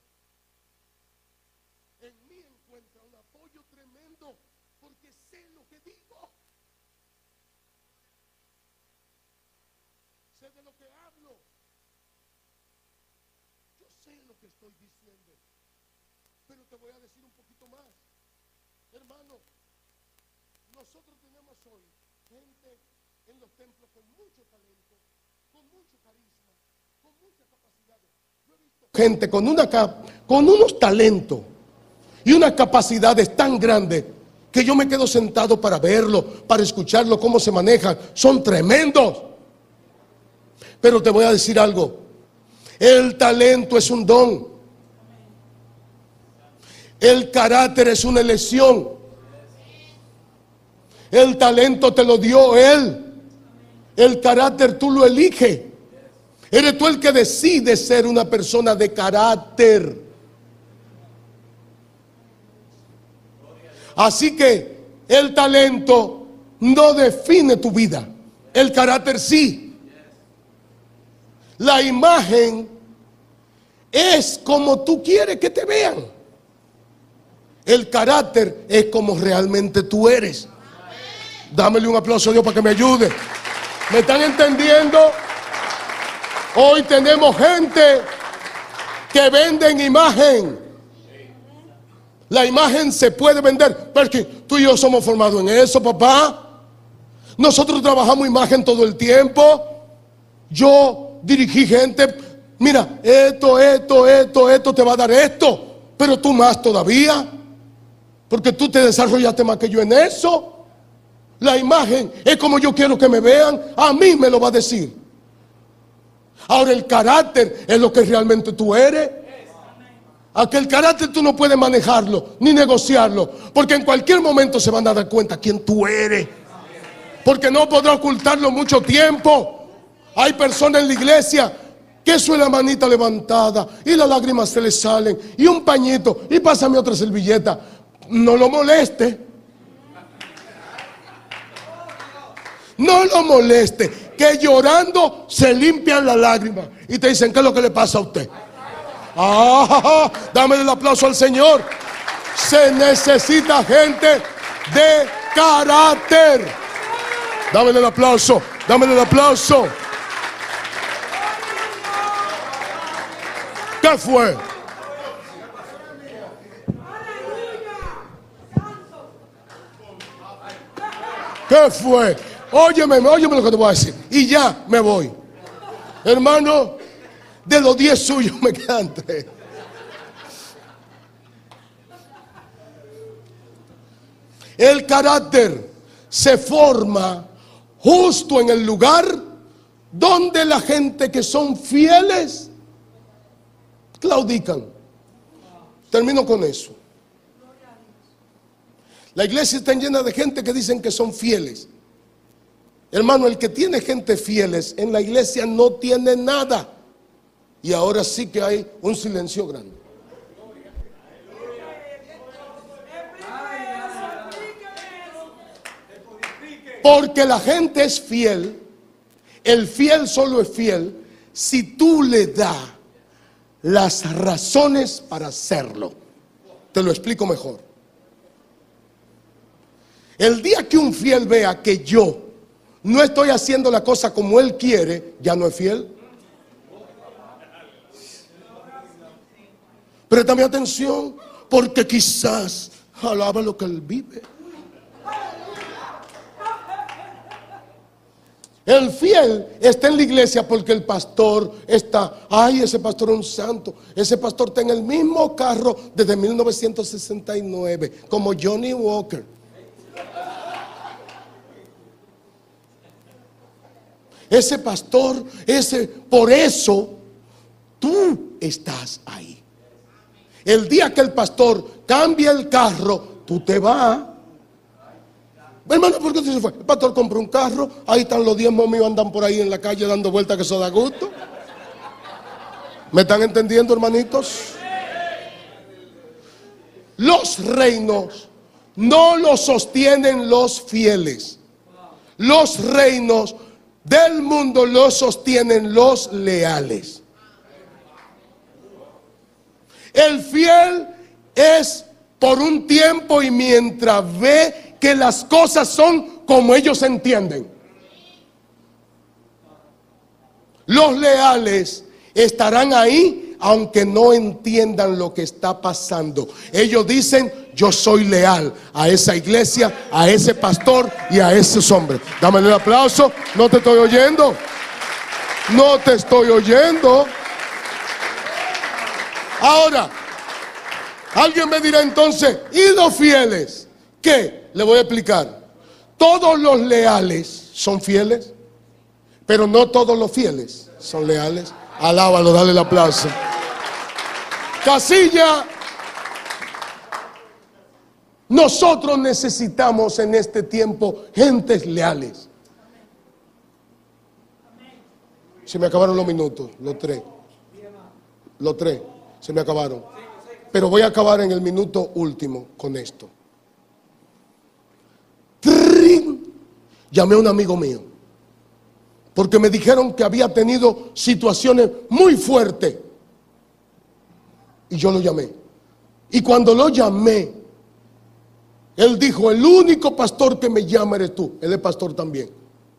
en mí encuentra un apoyo tremendo, porque sé lo que digo. Sé de lo que hablo. Yo sé lo que estoy diciendo. Pero te voy a decir un poquito más. Hermano, nosotros tenemos hoy gente en los templos con mucho talento, con mucho carisma, con muchas capacidades. Yo he visto gente con, una, con unos talentos y unas capacidades tan grandes que yo me quedo sentado para verlo, para escucharlo, cómo se manejan. Son tremendos. Pero te voy a decir algo. El talento es un don. El carácter es una elección. El talento te lo dio Él. El carácter tú lo eliges. Eres tú el que decide ser una persona de carácter. Así que el talento no define tu vida. El carácter sí. La imagen es como tú quieres que te vean. El carácter es como realmente tú eres. Dámele un aplauso a Dios para que me ayude. ¿Me están entendiendo? Hoy tenemos gente que venden imagen. La imagen se puede vender, porque tú y yo somos formados en eso, papá. Nosotros trabajamos imagen todo el tiempo. Yo dirigí gente, mira, esto, esto, esto, esto te va a dar esto, pero tú más todavía, porque tú te desarrollaste más que yo en eso. La imagen es como yo quiero que me vean, a mí me lo va a decir. Ahora el carácter es lo que realmente tú eres. Aquel carácter tú no puedes manejarlo ni negociarlo, porque en cualquier momento se van a dar cuenta quién tú eres, porque no podrás ocultarlo mucho tiempo. Hay personas en la iglesia que eso es la manita levantada y las lágrimas se le salen y un pañito y pásame otra servilleta. No lo moleste, no lo moleste, que llorando se limpian las lágrimas y te dicen: ¿qué es lo que le pasa a usted? Ah, dame el aplauso al Señor. Se necesita gente de carácter. Dame el aplauso, dame el aplauso. ¿Qué fue? ¿Qué fue? Óyeme, óyeme lo que te voy a decir. Y ya me voy. Hermano, de los diez suyos me quedan tres. El carácter se forma justo en el lugar donde la gente que son fieles claudican. Termino con eso. La iglesia está llena de gente que dicen que son fieles. Hermano, el que tiene gente fieles en la iglesia no tiene nada. Y ahora sí que hay un silencio grande. Porque la gente es fiel. El fiel solo es fiel si tú le das las razones para hacerlo. Te lo explico mejor. El día que un fiel vea que yo no estoy haciendo la cosa como él quiere, ya no es fiel. Préstame atención, porque quizás alaba lo que él vive. El fiel está en la iglesia porque el pastor está, ay, ese pastor es un santo. Ese pastor está en el mismo carro desde mil novecientos sesenta y nueve, como Johnny Walker. Ese pastor, ese, por eso tú estás ahí. El día que el pastor cambia el carro, tú te vas. Hermano, ¿por qué usted se fue? El pastor compró un carro, ahí están los diezmos míos, andan por ahí en la calle dando vueltas, que eso da gusto. ¿Me están entendiendo, hermanitos? Los reinos no los sostienen los fieles. Los reinos del mundo los sostienen los leales. El fiel es por un tiempo y mientras ve que las cosas son como ellos entienden. Los leales estarán ahí aunque no entiendan lo que está pasando. Ellos dicen: yo soy leal a esa iglesia, a ese pastor y a esos hombres. Dame el aplauso. No te estoy oyendo. No te estoy oyendo. Ahora, alguien me dirá entonces: ¿y los fieles? ¿Qué? Le voy a explicar. Todos los leales son fieles, pero no todos los fieles son leales. Alábalo, dale el aplauso. Casilla. Nosotros necesitamos en este tiempo gentes leales. Se me acabaron los minutos, los tres. Los tres, se me acabaron. Pero voy a acabar en el minuto último con esto. ¡Trin! Llamé a un amigo mío, porque me dijeron que había tenido situaciones muy fuertes. Y yo lo llamé. Y cuando lo llamé, él dijo: el único pastor que me llama eres tú. Él es pastor también.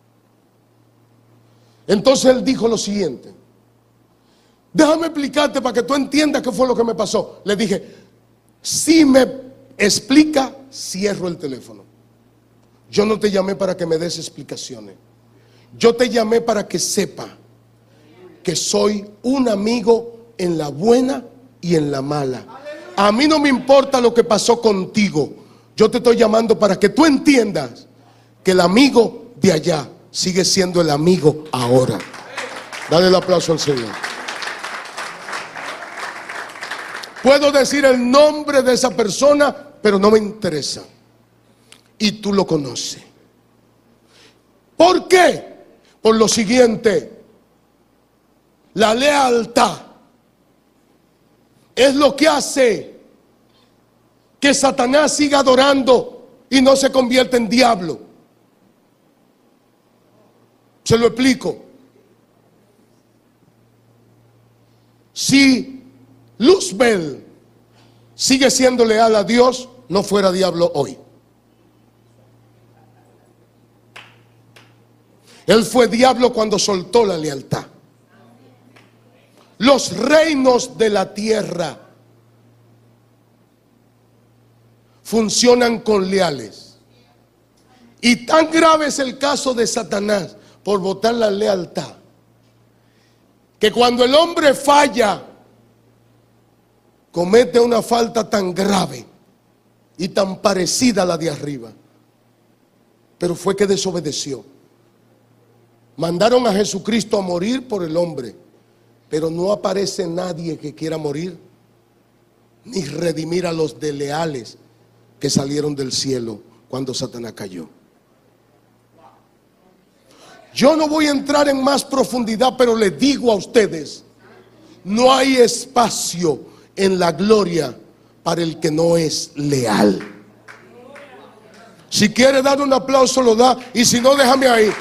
Entonces él dijo lo siguiente: déjame explicarte para que tú entiendas qué fue lo que me pasó. Le dije: si me explica, cierro el teléfono. Yo no te llamé para que me des explicaciones. Yo te llamé para que sepa que soy un amigo en la buena y en la mala. A mí no me importa lo que pasó contigo. Yo te estoy llamando para que tú entiendas que el amigo de allá sigue siendo el amigo ahora. Dale el aplauso al Señor. Puedo decir el nombre de esa persona, pero no me interesa. Y tú lo conoces. ¿Por qué? Por lo siguiente: la lealtad es lo que hace que Satanás siga adorando y no se convierta en diablo. Se lo explico. Si Luzbel sigue siendo leal a Dios, no fuera diablo hoy. Él fue diablo cuando soltó la lealtad. Los reinos de la tierra funcionan con leales. Y tan grave es el caso de Satanás por botar la lealtad, que cuando el hombre falla, comete una falta tan grave y tan parecida a la de arriba, pero fue que desobedeció. Mandaron a Jesucristo a morir por el hombre, pero no aparece nadie que quiera morir ni redimir a los desleales que salieron del cielo cuando Satanás cayó. Yo no voy a entrar en más profundidad, pero les digo a ustedes: no hay espacio en la gloria para el que no es leal. Si quiere dar un aplauso, lo da, y si no, déjame ahí.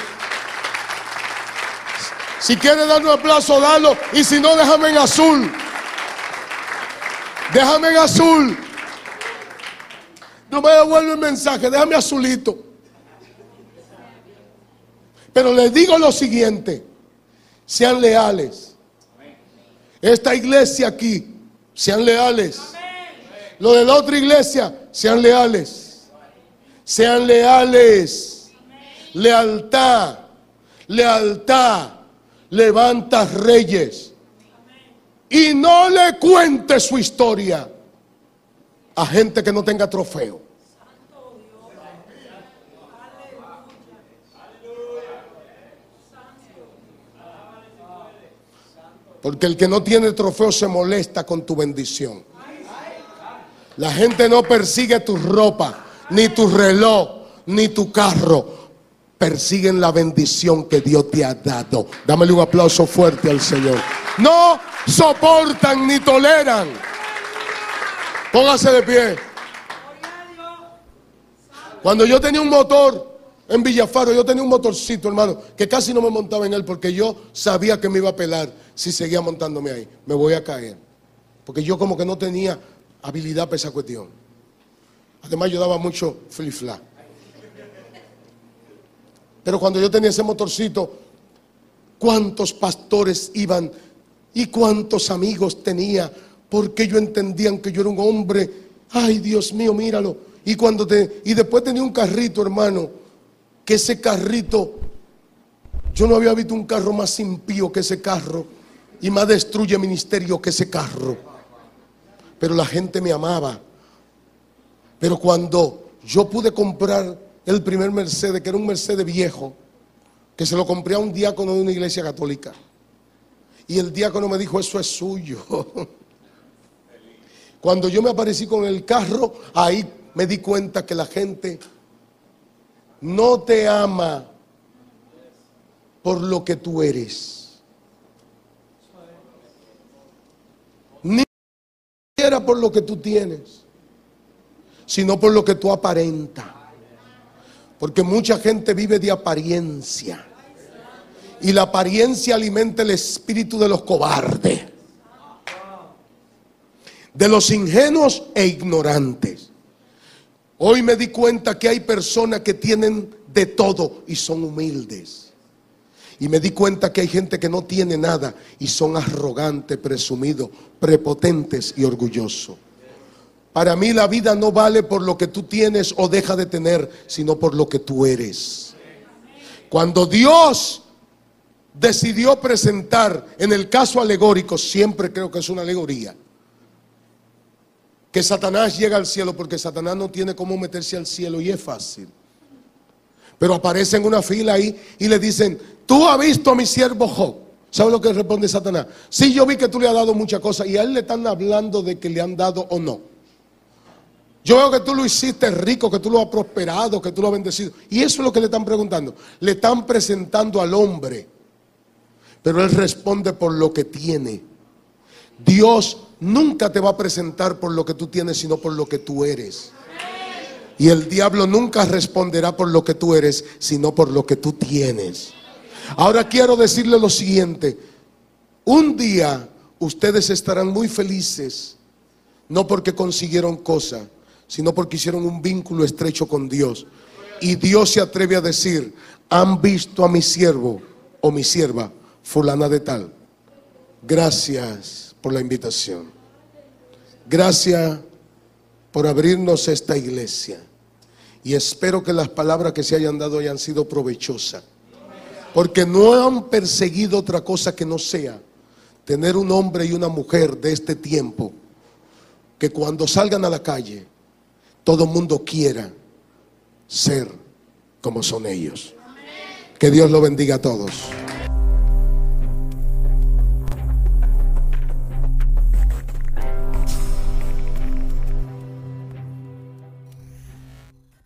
Si quiere dar un aplauso, dalo, y si no, déjame en azul. Déjame en azul. No me devuelve el mensaje, déjame azulito. Pero les digo lo siguiente: sean leales. Esta iglesia aquí, sean leales. Lo de la otra iglesia, sean leales. Sean leales. Lealtad. Lealtad levanta reyes. Y no le cuente su historia a gente que no tenga trofeo. Porque el que no tiene trofeo se molesta con tu bendición. La gente no persigue tu ropa, ni tu reloj, ni tu carro. Persiguen la bendición que Dios te ha dado. Dámele un aplauso fuerte al Señor. No soportan ni toleran. Póngase de pie. Cuando yo tenía un motor en Villafaro, yo tenía un motorcito, hermano, que casi no me montaba en él porque yo sabía que me iba a pelar si seguía montándome ahí. Me voy a caer. Porque yo como que no tenía habilidad para esa cuestión. Además yo daba mucho flip-flap. Pero cuando yo tenía ese motorcito, cuántos pastores iban y cuántos amigos tenía, porque ellos entendían que yo era un hombre. Ay, Dios mío, míralo. Y cuando te, y después tenía un carrito, hermano, que ese carrito, yo no había visto un carro más impío que ese carro y más destruye ministerio que ese carro. Pero la gente me amaba. Pero cuando yo pude comprar el primer Mercedes, que era un Mercedes viejo, que se lo compré a un diácono de una iglesia católica, y el diácono me dijo: eso es suyo. Cuando yo me aparecí con el carro, ahí me di cuenta que la gente no te ama por lo que tú eres, ni siquiera por lo que tú tienes, sino por lo que tú aparentas. Porque mucha gente vive de apariencia, y la apariencia alimenta el espíritu de los cobardes, de los ingenuos e ignorantes. Hoy me di cuenta que hay personas que tienen de todo y son humildes. Y me di cuenta que hay gente que no tiene nada y son arrogantes, presumidos, prepotentes y orgullosos. Para mí la vida no vale por lo que tú tienes o deja de tener, sino por lo que tú eres. Cuando Dios decidió presentar, en el caso alegórico, siempre creo que es una alegoría, que Satanás llega al cielo, porque Satanás no tiene cómo meterse al cielo y es fácil. Pero aparece en una fila ahí y le dicen: tú has visto a mi siervo Job, ¿Sabe lo que responde Satanás? Sí, yo vi que tú le has dado muchas cosas y a él le están hablando de que le han dado o no. Yo veo que tú lo hiciste rico, que tú lo has prosperado, que tú lo has bendecido. Y eso es lo que le están preguntando. Le están presentando al hombre, pero él responde por lo que tiene. Dios nunca te va a presentar por lo que tú tienes, sino por lo que tú eres. Y el diablo nunca responderá por lo que tú eres, sino por lo que tú tienes. Ahora quiero decirle lo siguiente. Un día ustedes estarán muy felices, no porque consiguieron cosas, sino porque hicieron un vínculo estrecho con Dios. Y Dios se atreve a decir: han visto a mi siervo o mi sierva fulana de tal. Gracias por la invitación. Gracias por abrirnos esta iglesia. Y espero que las palabras que se hayan dado hayan sido provechosas, porque no han perseguido otra cosa que no sea tener un hombre y una mujer de este tiempo que cuando salgan a la calle todo el mundo quiera ser como son ellos. Que Dios lo bendiga a todos.